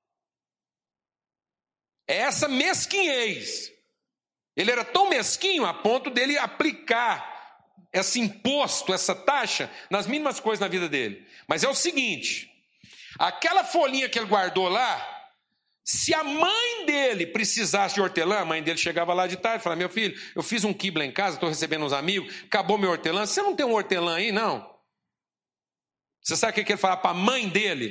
É essa mesquinhez. Ele era tão mesquinho a ponto dele aplicar esse imposto, essa taxa, nas mínimas coisas na vida dele. Mas é o seguinte, aquela folhinha que ele guardou lá, se a mãe dele precisasse de hortelã, a mãe dele chegava lá de tarde e falava: meu filho, eu fiz um quibe lá em casa, estou recebendo uns amigos, acabou meu hortelã, você não tem um hortelã aí, não? Você sabe o que ele falava para a mãe dele?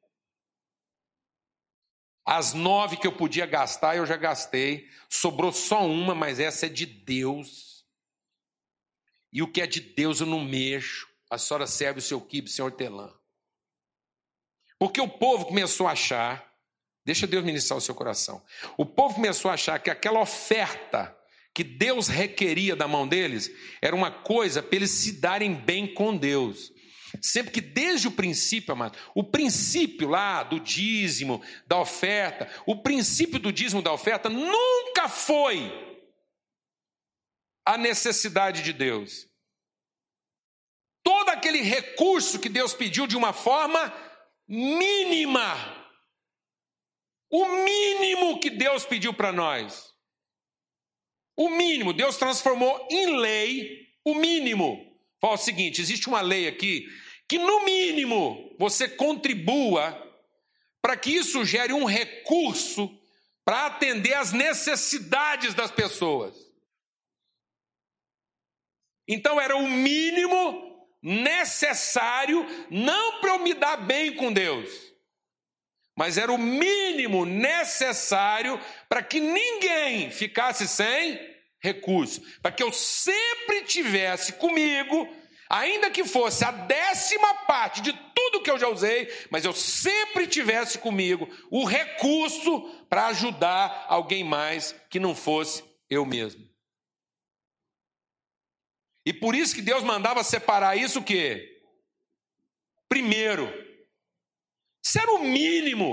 As nove que eu podia gastar, eu já gastei, sobrou só uma, mas essa é de Deus. E o que é de Deus eu não mexo, a senhora serve o seu quibe sem hortelã. Porque o povo começou a achar, deixa Deus ministrar o seu coração. O povo começou a achar que aquela oferta que Deus requeria da mão deles era uma coisa para eles se darem bem com Deus. Sempre que desde o princípio, amado, o princípio lá do dízimo, da oferta, o princípio do dízimo da oferta nunca foi a necessidade de Deus. Todo aquele recurso que Deus pediu de uma forma mínima. O mínimo que Deus pediu para nós. O mínimo. Deus transformou em lei o mínimo. Fala o seguinte, existe uma lei aqui que no mínimo você contribua para que isso gere um recurso para atender às necessidades das pessoas. Então era o mínimo necessário, não para eu me dar bem com Deus, mas era o mínimo necessário para que ninguém ficasse sem recurso, para que eu sempre tivesse comigo, ainda que fosse a décima parte de tudo que eu já usei, mas eu sempre tivesse comigo o recurso para ajudar alguém mais que não fosse eu mesmo. E por isso que Deus mandava separar isso o quê? Primeiro. Isso era o mínimo.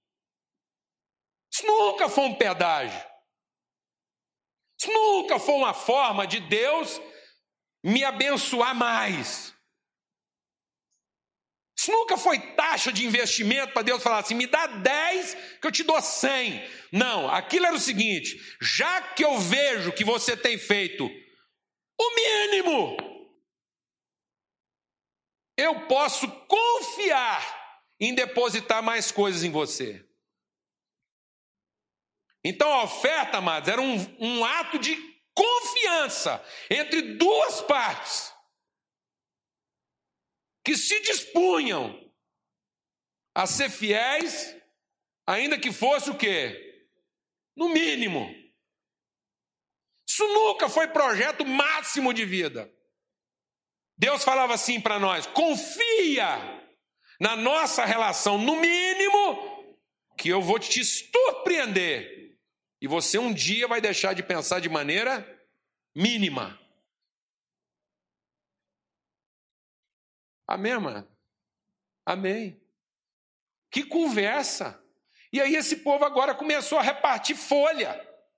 Isso nunca foi um pedágio. Isso nunca foi uma forma de Deus me abençoar mais. Isso nunca foi taxa de investimento para Deus falar assim, me dá dez que eu te dou cem. Não, aquilo era o seguinte, já que eu vejo que você tem feito o mínimo, eu posso confiar em depositar mais coisas em você. Então a oferta, amados, era um, um ato de confiança entre duas partes que se dispunham a ser fiéis, ainda que fosse o quê? No mínimo. Isso nunca foi projeto máximo de vida. Deus falava assim para nós, confia na nossa relação no mínimo, que eu vou te surpreender. E você um dia vai deixar de pensar de maneira mínima. Amém, mano? Amém. Que conversa. E aí esse povo agora começou a repartir folha.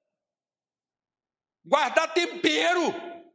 Guardar tempero.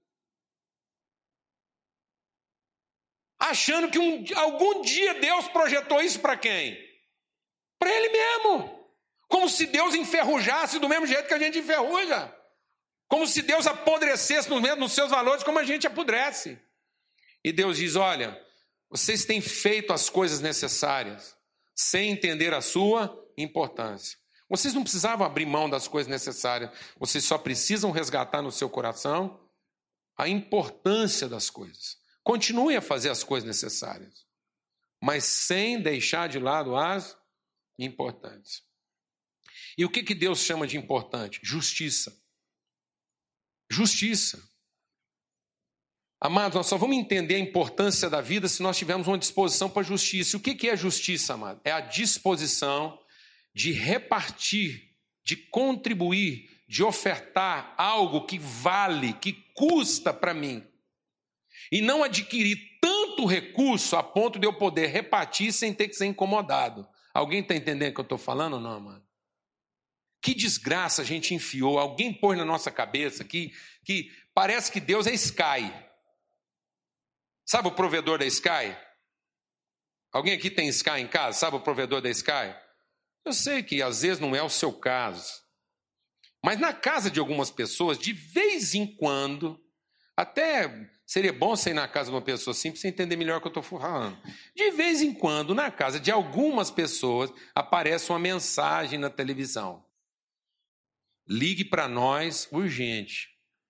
Achando que um, algum dia Deus projetou isso para quem? Para ele mesmo. Como se Deus enferrujasse do mesmo jeito que a gente enferruja. Como se Deus apodrecesse no mesmo, nos seus valores como a gente apodrece. E Deus diz, olha, vocês têm feito as coisas necessárias sem entender a sua importância. Vocês não precisavam abrir mão das coisas necessárias. Vocês só precisam resgatar no seu coração a importância das coisas. Continue a fazer as coisas necessárias, mas sem deixar de lado as importantes. E o que, que Deus chama de importante? Justiça. Justiça. Amados, nós só vamos entender a importância da vida se nós tivermos uma disposição para a justiça. E o que, que é justiça, amado? É a disposição de repartir, de contribuir, de ofertar algo que vale, que custa para mim. E não adquirir tanto recurso a ponto de eu poder repartir sem ter que ser incomodado. Alguém está entendendo o que eu estou falando ou não, mano? Que desgraça a gente enfiou. Alguém pôs na nossa cabeça que, que parece que Deus é Sky. Sabe o provedor da Sky? Alguém aqui tem Sky em casa? Sabe o provedor da Sky? Eu sei que às vezes não é o seu caso. Mas na casa de algumas pessoas, de vez em quando, até seria bom você ir na casa de uma pessoa assim para você entender melhor o que eu estou falando. De vez em quando, na casa de algumas pessoas, aparece uma mensagem na televisão. Ligue para nós urgente.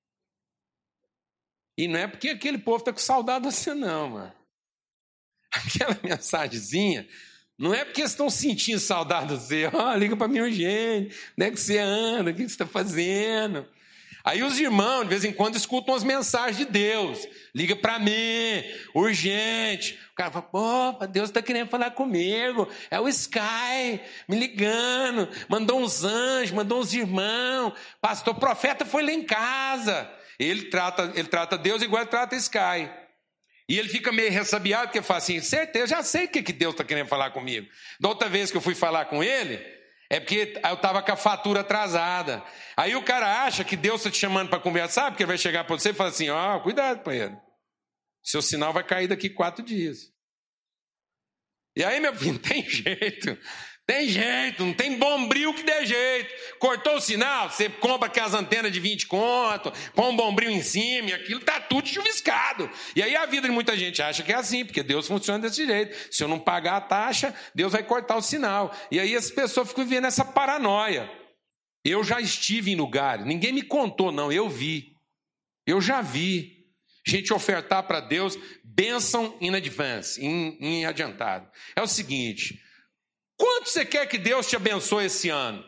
E não é porque aquele povo está com saudade de você, não, mano. Aquela mensagenzinha, não é porque eles estão sentindo saudade de você. Ó, oh, liga para mim urgente. Onde é que você anda? O que você está fazendo? Aí os irmãos, de vez em quando, escutam as mensagens de Deus. Liga para mim, urgente. O cara fala, pô, Deus está querendo falar comigo. É o Sky me ligando. Mandou uns anjos, mandou uns irmãos. Pastor, profeta foi lá em casa. Ele trata, ele trata Deus igual ele trata Sky. E ele fica meio ressabiado, porque fala assim, certeza, já sei o que, que Deus está querendo falar comigo. Da outra vez que eu fui falar com ele, é porque eu estava com a fatura atrasada. Aí o cara acha que Deus está te chamando para conversar, porque ele vai chegar para você e falar assim, ó, oh, cuidado com ele. Seu sinal vai cair daqui quatro dias. E aí, meu filho, não tem jeito. Tem jeito, não tem bombril que dê jeito. Cortou o sinal, você compra aquelas antenas de vinte conto, põe um bombril em cima e aquilo tá tudo chuviscado. E aí a vida de muita gente acha que é assim, porque Deus funciona desse jeito. Se eu não pagar a taxa, Deus vai cortar o sinal. E aí as pessoas ficam vivendo essa paranoia. Eu já estive em lugares, ninguém me contou não, eu vi. Eu já vi gente ofertar para Deus bênção in advance, em, em adiantado. É o seguinte... Quanto você quer que Deus te abençoe esse ano?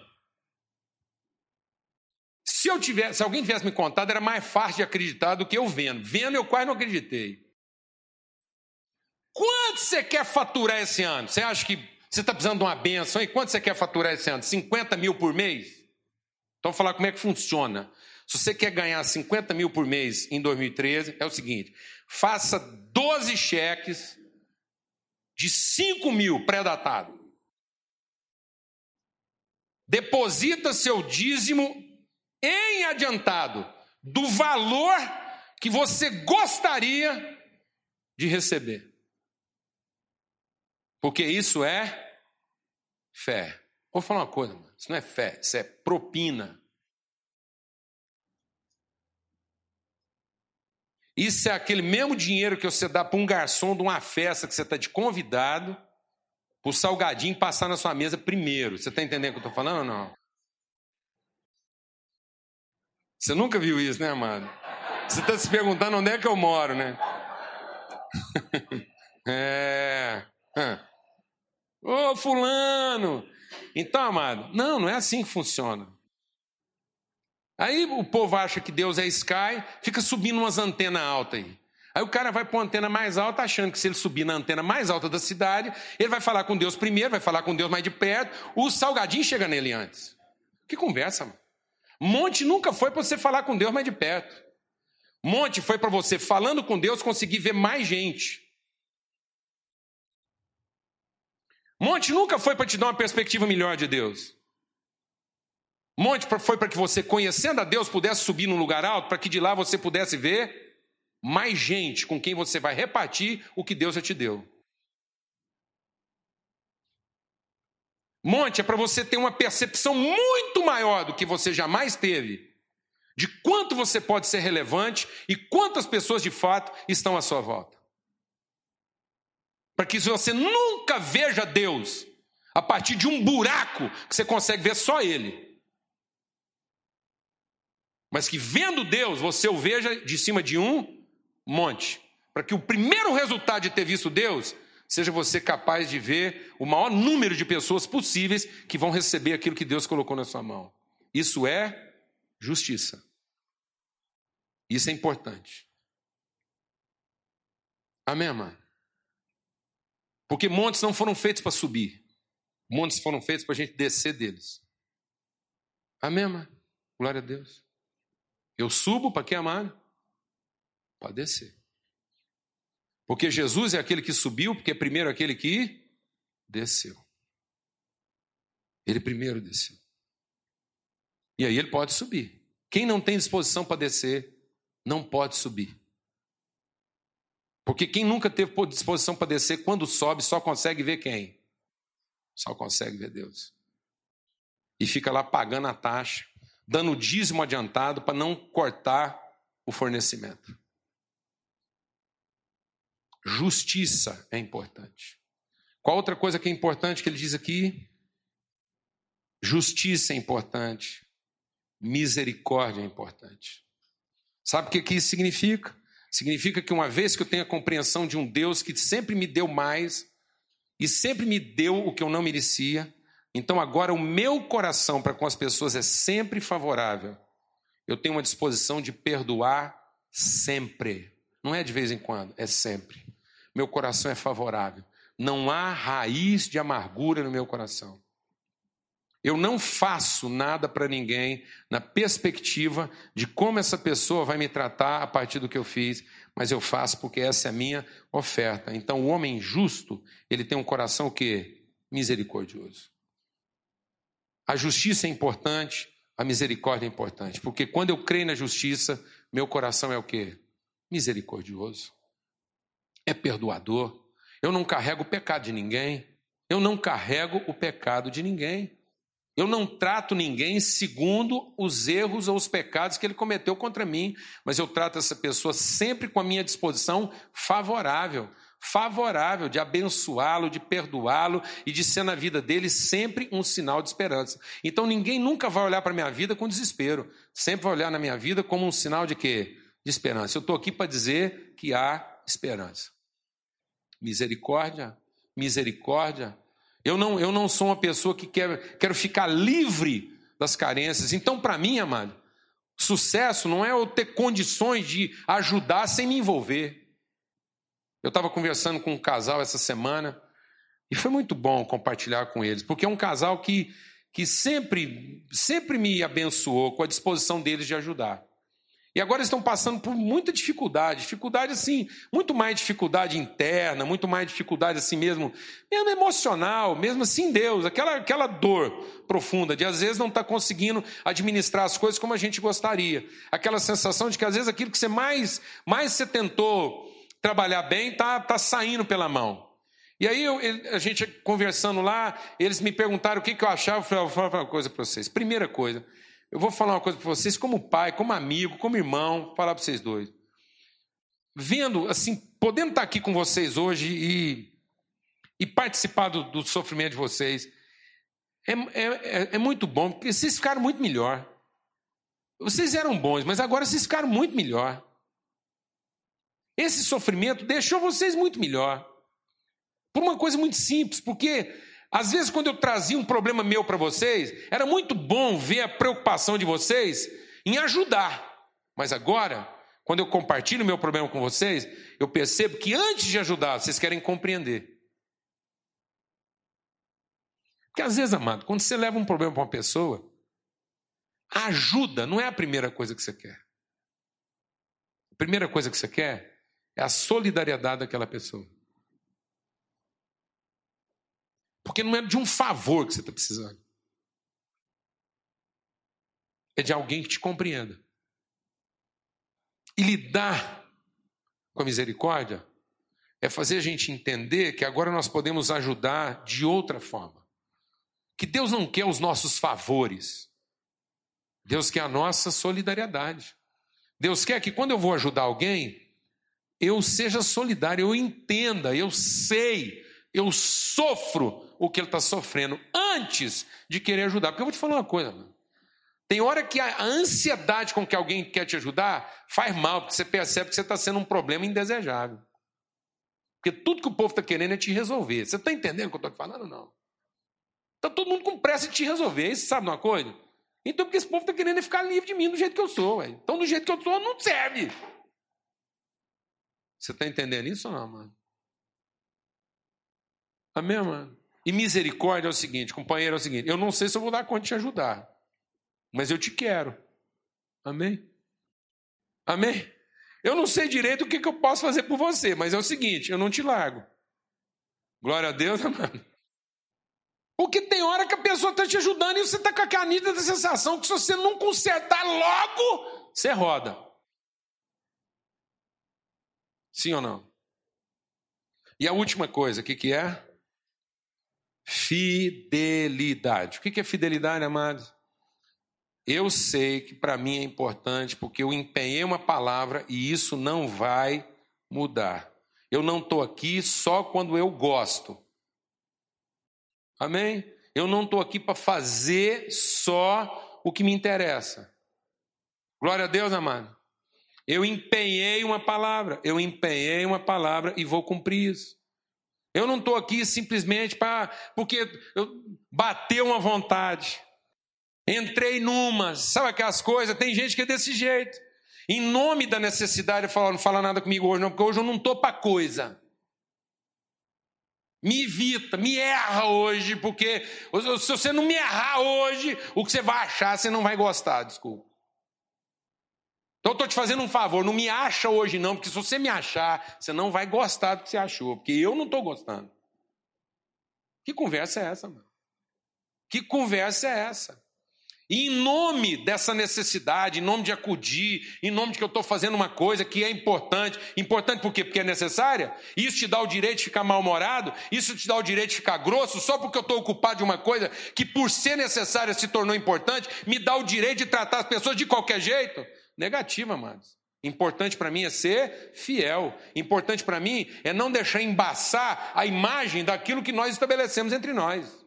Se, eu tivesse, se alguém tivesse me contado, era mais fácil de acreditar do que eu vendo. Vendo, eu quase não acreditei. Quanto você quer faturar esse ano? Você acha que você está precisando de uma bênção? E quanto você quer faturar esse ano? cinquenta mil por mês? Então, vou falar como é que funciona. Se você quer ganhar cinquenta mil por mês em dois mil e treze, é o seguinte: faça doze cheques de cinco mil pré-datado. Deposita seu dízimo em adiantado do valor que você gostaria de receber. Porque isso é fé. Vou falar uma coisa, mano. Isso não é fé, isso é propina. Isso é aquele mesmo dinheiro que você dá para um garçom de uma festa que você está de convidado, para o salgadinho passar na sua mesa primeiro. Você está entendendo o que eu estou falando ou não? Você nunca viu isso, né, amado? Você está se perguntando onde é que eu moro, né? É. Ô, fulano! Então, amado, não, não é assim que funciona. Aí o povo acha que Deus é Sky, fica subindo umas antenas altas aí. Aí o cara vai pôr uma antena mais alta, achando que se ele subir na antena mais alta da cidade, ele vai falar com Deus primeiro, vai falar com Deus mais de perto, o salgadinho chega nele antes. Que conversa, mano. Monte nunca foi para você falar com Deus mais de perto. Monte foi para você, falando com Deus, conseguir ver mais gente. Monte nunca foi para te dar uma perspectiva melhor de Deus. Monte foi para que você, conhecendo a Deus, pudesse subir num lugar alto, para que de lá você pudesse ver mais gente com quem você vai repartir o que Deus já te deu. Monte é para você ter uma percepção muito maior do que você jamais teve, de quanto você pode ser relevante e quantas pessoas de fato estão à sua volta. Para que você nunca veja Deus a partir de um buraco que você consegue ver só Ele. Mas que vendo Deus, você o veja de cima de um monte. Para que o primeiro resultado de ter visto Deus seja você capaz de ver o maior número de pessoas possíveis que vão receber aquilo que Deus colocou na sua mão. Isso é justiça. Isso é importante. Amém, amado? Porque montes não foram feitos para subir. Montes foram feitos para a gente descer deles. Amém, amado? Glória a Deus. Eu subo para quê, amado? Para descer. Porque Jesus é aquele que subiu, porque é primeiro aquele que desceu. Ele primeiro desceu. E aí ele pode subir. Quem não tem disposição para descer, não pode subir. Porque quem nunca teve disposição para descer, quando sobe, só consegue ver quem? Só consegue ver Deus. E fica lá pagando a taxa, dando o dízimo adiantado para não cortar o fornecimento. Justiça é importante. Qual outra coisa que é importante que ele diz aqui? Justiça é importante. Misericórdia é importante. Sabe o que, que isso significa? Significa que uma vez que eu tenho a compreensão de um Deus que sempre me deu mais e sempre me deu o que eu não merecia, então agora o meu coração para com as pessoas é sempre favorável. Eu tenho uma disposição de perdoar sempre. Não é de vez em quando, é sempre. Meu coração é favorável. Não há raiz de amargura no meu coração. Eu não faço nada para ninguém na perspectiva de como essa pessoa vai me tratar a partir do que eu fiz, mas eu faço porque essa é a minha oferta. Então o homem justo, ele tem um coração o quê? Misericordioso. A justiça é importante, a misericórdia é importante, porque quando eu creio na justiça, meu coração é o quê? Misericordioso. É perdoador. Eu não carrego o pecado de ninguém. Eu não carrego o pecado de ninguém. Eu não trato ninguém segundo os erros ou os pecados que ele cometeu contra mim, mas eu trato essa pessoa sempre com a minha disposição favorável, favorável de abençoá-lo, de perdoá-lo e de ser na vida dele sempre um sinal de esperança. Então ninguém nunca vai olhar para a minha vida com desespero, sempre vai olhar na minha vida como um sinal de quê? De esperança. Eu estou aqui para dizer que há esperança. Misericórdia, misericórdia. Eu não, eu não sou uma pessoa que quer, quero ficar livre das carências. Então, para mim, amado, sucesso não é eu ter condições de ajudar sem me envolver. Eu estava conversando com um casal essa semana e foi muito bom compartilhar com eles, porque é um casal que que sempre, sempre me abençoou com a disposição deles de ajudar. E agora estão passando por muita dificuldade, dificuldade assim, muito mais dificuldade interna, muito mais dificuldade assim mesmo, mesmo emocional, mesmo assim Deus, aquela, aquela dor profunda de às vezes não estar conseguindo administrar as coisas como a gente gostaria. Aquela sensação de que às vezes aquilo que você mais, mais você tentou trabalhar bem está tá saindo pela mão. E aí eu, a gente conversando lá, eles me perguntaram o que, que eu achava, eu falei, eu vou falar uma coisa para vocês. Primeira coisa, eu vou falar uma coisa para vocês, como pai, como amigo, como irmão, vou falar para vocês dois. Vendo, assim, podendo estar aqui com vocês hoje e, e participar do, do sofrimento de vocês, é, é, é muito bom, porque vocês ficaram muito melhor. Vocês eram bons, mas agora vocês ficaram muito melhor. Esse sofrimento deixou vocês muito melhor. Por uma coisa muito simples, porque às vezes quando eu trazia um problema meu para vocês, era muito bom ver a preocupação de vocês em ajudar. Mas agora, quando eu compartilho o meu problema com vocês, eu percebo que antes de ajudar, vocês querem compreender. Porque às vezes, amado, quando você leva um problema para uma pessoa, a ajuda não é a primeira coisa que você quer. A primeira coisa que você quer é a solidariedade daquela pessoa. Porque não é de um favor que você está precisando. É de alguém que te compreenda. E lidar com a misericórdia é fazer a gente entender que agora nós podemos ajudar de outra forma. Que Deus não quer os nossos favores. Deus quer a nossa solidariedade. Deus quer que quando eu vou ajudar alguém, eu seja solidário, eu entenda, eu sei, eu sofro o que ele está sofrendo antes de querer ajudar. Porque eu vou te falar uma coisa, mano. Tem hora que a ansiedade com que alguém quer te ajudar faz mal, porque você percebe que você está sendo um problema indesejável. Porque tudo que o povo está querendo é te resolver. Você está entendendo o que eu estou te falando ou não? Está todo mundo com pressa de te resolver. Aí você sabe de uma coisa? Então, porque esse povo está querendo é ficar livre de mim do jeito que eu sou. Véio. Então, do jeito que eu sou, não serve. Você está entendendo isso ou não, mano? Amém, mano? E misericórdia é o seguinte, companheiro, é o seguinte, eu não sei se eu vou dar conta de te ajudar, mas eu te quero. Amém? Amém? Eu não sei direito o que, que eu posso fazer por você, mas é o seguinte, eu não te largo. Glória a Deus, mano. Porque tem hora que a pessoa está te ajudando e você está com a nítida sensação que se você não consertar logo, você roda. Sim ou não? E a última coisa, o que, que é? Fidelidade. O que é fidelidade, amados? Eu sei que para mim é importante porque eu empenhei uma palavra e isso não vai mudar. Eu não estou aqui só quando eu gosto. Amém? Eu não estou aqui para fazer só o que me interessa. Glória a Deus, amado. Eu empenhei uma palavra, eu empenhei uma palavra e vou cumprir isso. Eu não estou aqui simplesmente para porque eu bateu uma vontade. Entrei numa, sabe aquelas coisas? Tem gente que é desse jeito. Em nome da necessidade, eu falo, não fala nada comigo hoje não, porque hoje eu não estou para coisa. Me evita, me erra hoje, porque se você não me errar hoje, o que você vai achar, você não vai gostar, desculpa. Então eu estou te fazendo um favor, não me acha hoje não, porque se você me achar, você não vai gostar do que você achou, porque eu não estou gostando. Que conversa é essa, mano? Que conversa é essa? E em nome dessa necessidade, em nome de acudir, em nome de que eu estou fazendo uma coisa que é importante, importante por quê? Porque é necessária? Isso te dá o direito de ficar mal-humorado? Isso te dá o direito de ficar grosso? Só porque eu estou ocupado de uma coisa que por ser necessária se tornou importante, me dá o direito de tratar as pessoas de qualquer jeito? Negativa, amados. Importante para mim é ser fiel. Importante para mim é não deixar embaçar a imagem daquilo que nós estabelecemos entre nós.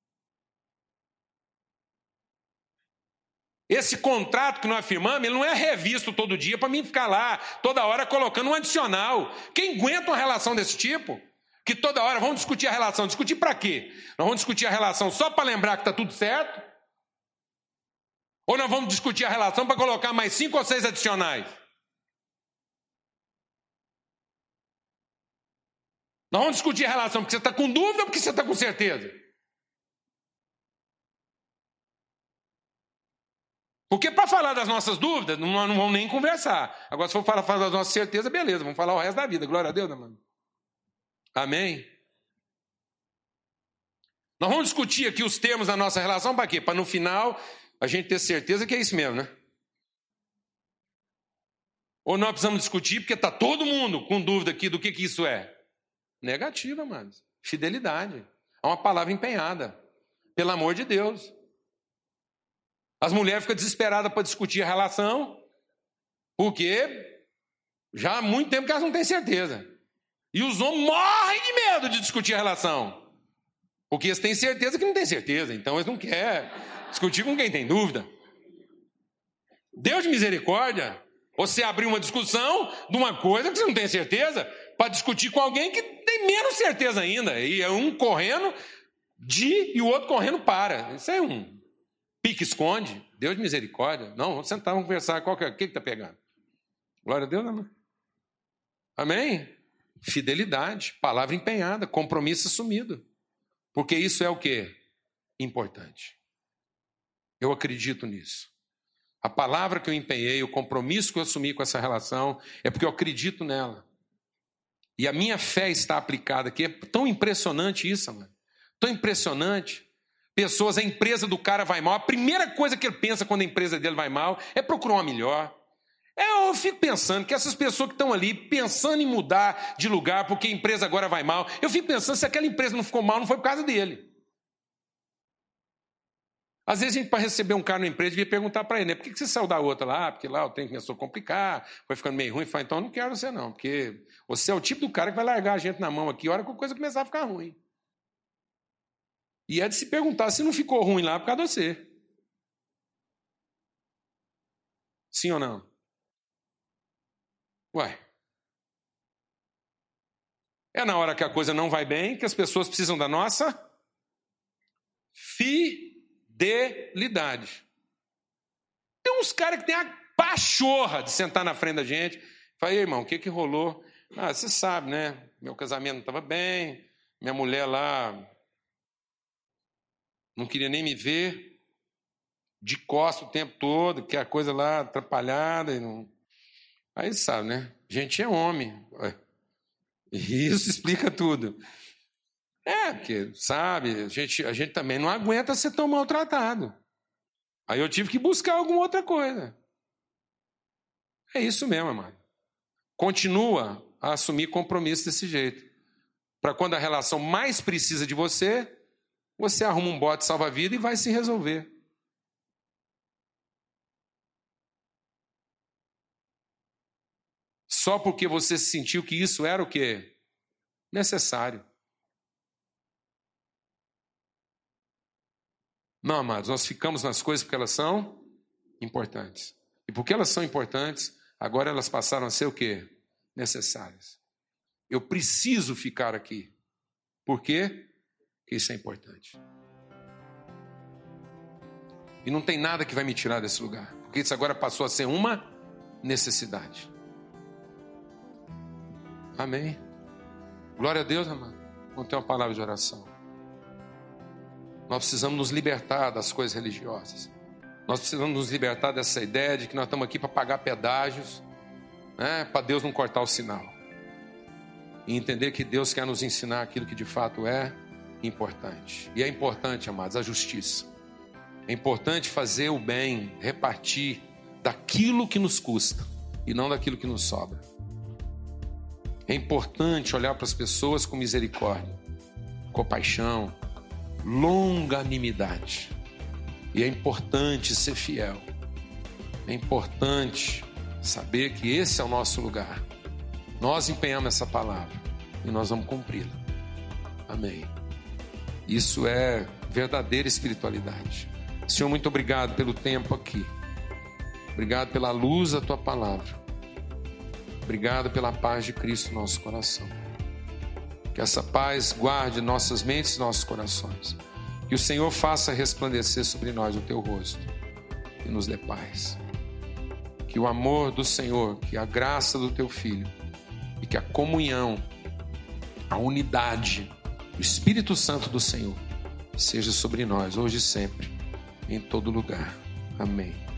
Esse contrato que nós firmamos, ele não é revisto todo dia para mim ficar lá, toda hora colocando um adicional. Quem aguenta uma relação desse tipo? Que toda hora vamos discutir a relação. Discutir para quê? Nós vamos discutir a relação só para lembrar que está tudo certo? Ou nós vamos discutir a relação para colocar mais cinco ou seis adicionais? Nós vamos discutir a relação porque você está com dúvida ou porque você está com certeza? falar das nossas dúvidas, não, não vamos nem conversar. Agora, se for falar, falar das nossas certezas, beleza, vamos falar o resto da vida. Glória a Deus, né, mano? Amém? Nós vamos discutir aqui os termos da nossa relação para quê? Para no final a gente ter certeza que é isso mesmo, né? Ou nós precisamos discutir porque está todo mundo com dúvida aqui do que, que isso é? Negativa, amados. Fidelidade. É uma palavra empenhada. Pelo amor de Deus. As mulheres ficam desesperadas para discutir a relação, porque já há muito tempo que elas não têm certeza. E os homens morrem de medo de discutir a relação. Porque eles têm certeza que não têm certeza. Então eles não querem discutir com quem tem dúvida. Deus de misericórdia, você abrir uma discussão de uma coisa que você não tem certeza, para discutir com alguém que tem menos certeza ainda. E é um correndo de e o outro correndo para. Isso é um pique-esconde. Deus de misericórdia. Não, vamos sentar, vamos conversar. Qual que é? O que está pegando? Glória a Deus, amém? Amém? Fidelidade, palavra empenhada, compromisso assumido. Porque isso é o quê? Importante. Eu acredito nisso. A palavra que eu empenhei, o compromisso que eu assumi com essa relação, é porque eu acredito nela. E a minha fé está aplicada aqui. É tão impressionante isso, mano. Tão impressionante. Pessoas, a empresa do cara vai mal, a primeira coisa que ele pensa quando a empresa dele vai mal é procurar uma melhor. Eu fico pensando que essas pessoas que estão ali pensando em mudar de lugar porque a empresa agora vai mal, eu fico pensando se aquela empresa não ficou mal, não foi por causa dele. Às vezes a gente, para receber um cara na empresa, devia perguntar para ele, né? Por que você saiu da outra lá? Ah, porque lá o trem começou a complicar, foi ficando meio ruim. Fala, então eu não quero você não, porque você é o tipo do cara que vai largar a gente na mão aqui a hora que a coisa começar a ficar ruim. E é de se perguntar se não ficou ruim lá por causa de você. Sim ou não? Ué. É na hora que a coisa não vai bem que as pessoas precisam da nossa fidelidade. Tem uns caras que tem a pachorra de sentar na frente da gente. Fala, ei, irmão, o que que rolou? Ah, você sabe, né? Meu casamento não estava bem, minha mulher lá não queria nem me ver, de costa o tempo todo, que a coisa lá atrapalhada. E não... Aí sabe, né? A gente é homem. Isso explica tudo. É, porque, sabe, a gente, a gente também não aguenta ser tão maltratado. Aí eu tive que buscar alguma outra coisa. É isso mesmo, amado. Continua a assumir compromisso desse jeito. Para quando a relação mais precisa de você, você arruma um bote salva-vida e vai se resolver. Só porque você sentiu que isso era o quê? Necessário. Não, amados, nós ficamos nas coisas porque elas são importantes. E porque elas são importantes, agora elas passaram a ser o quê? Necessárias. Eu preciso ficar aqui. Por quê? Porque isso é importante. E não tem nada que vai me tirar desse lugar. Porque isso agora passou a ser uma necessidade. Amém. Glória a Deus, amado. Vamos ter uma palavra de oração. Nós precisamos nos libertar das coisas religiosas. Nós precisamos nos libertar dessa ideia de que nós estamos aqui para pagar pedágios, né, para Deus não cortar o sinal. E entender que Deus quer nos ensinar aquilo que de fato é importante. E é importante, amados, a justiça. É importante fazer o bem, repartir daquilo que nos custa e não daquilo que nos sobra. É importante olhar para as pessoas com misericórdia, compaixão, longanimidade. E é importante ser fiel. É importante saber que esse é o nosso lugar. Nós empenhamos essa palavra e nós vamos cumpri-la. Amém. Isso é verdadeira espiritualidade. Senhor, muito obrigado pelo tempo aqui. Obrigado pela luz da tua palavra. Obrigado pela paz de Cristo no nosso coração. Que essa paz guarde nossas mentes e nossos corações. Que o Senhor faça resplandecer sobre nós o teu rosto e nos dê paz. Que o amor do Senhor, que a graça do teu Filho e que a comunhão, a unidade do Espírito Santo do Senhor seja sobre nós, hoje e sempre, em todo lugar. Amém.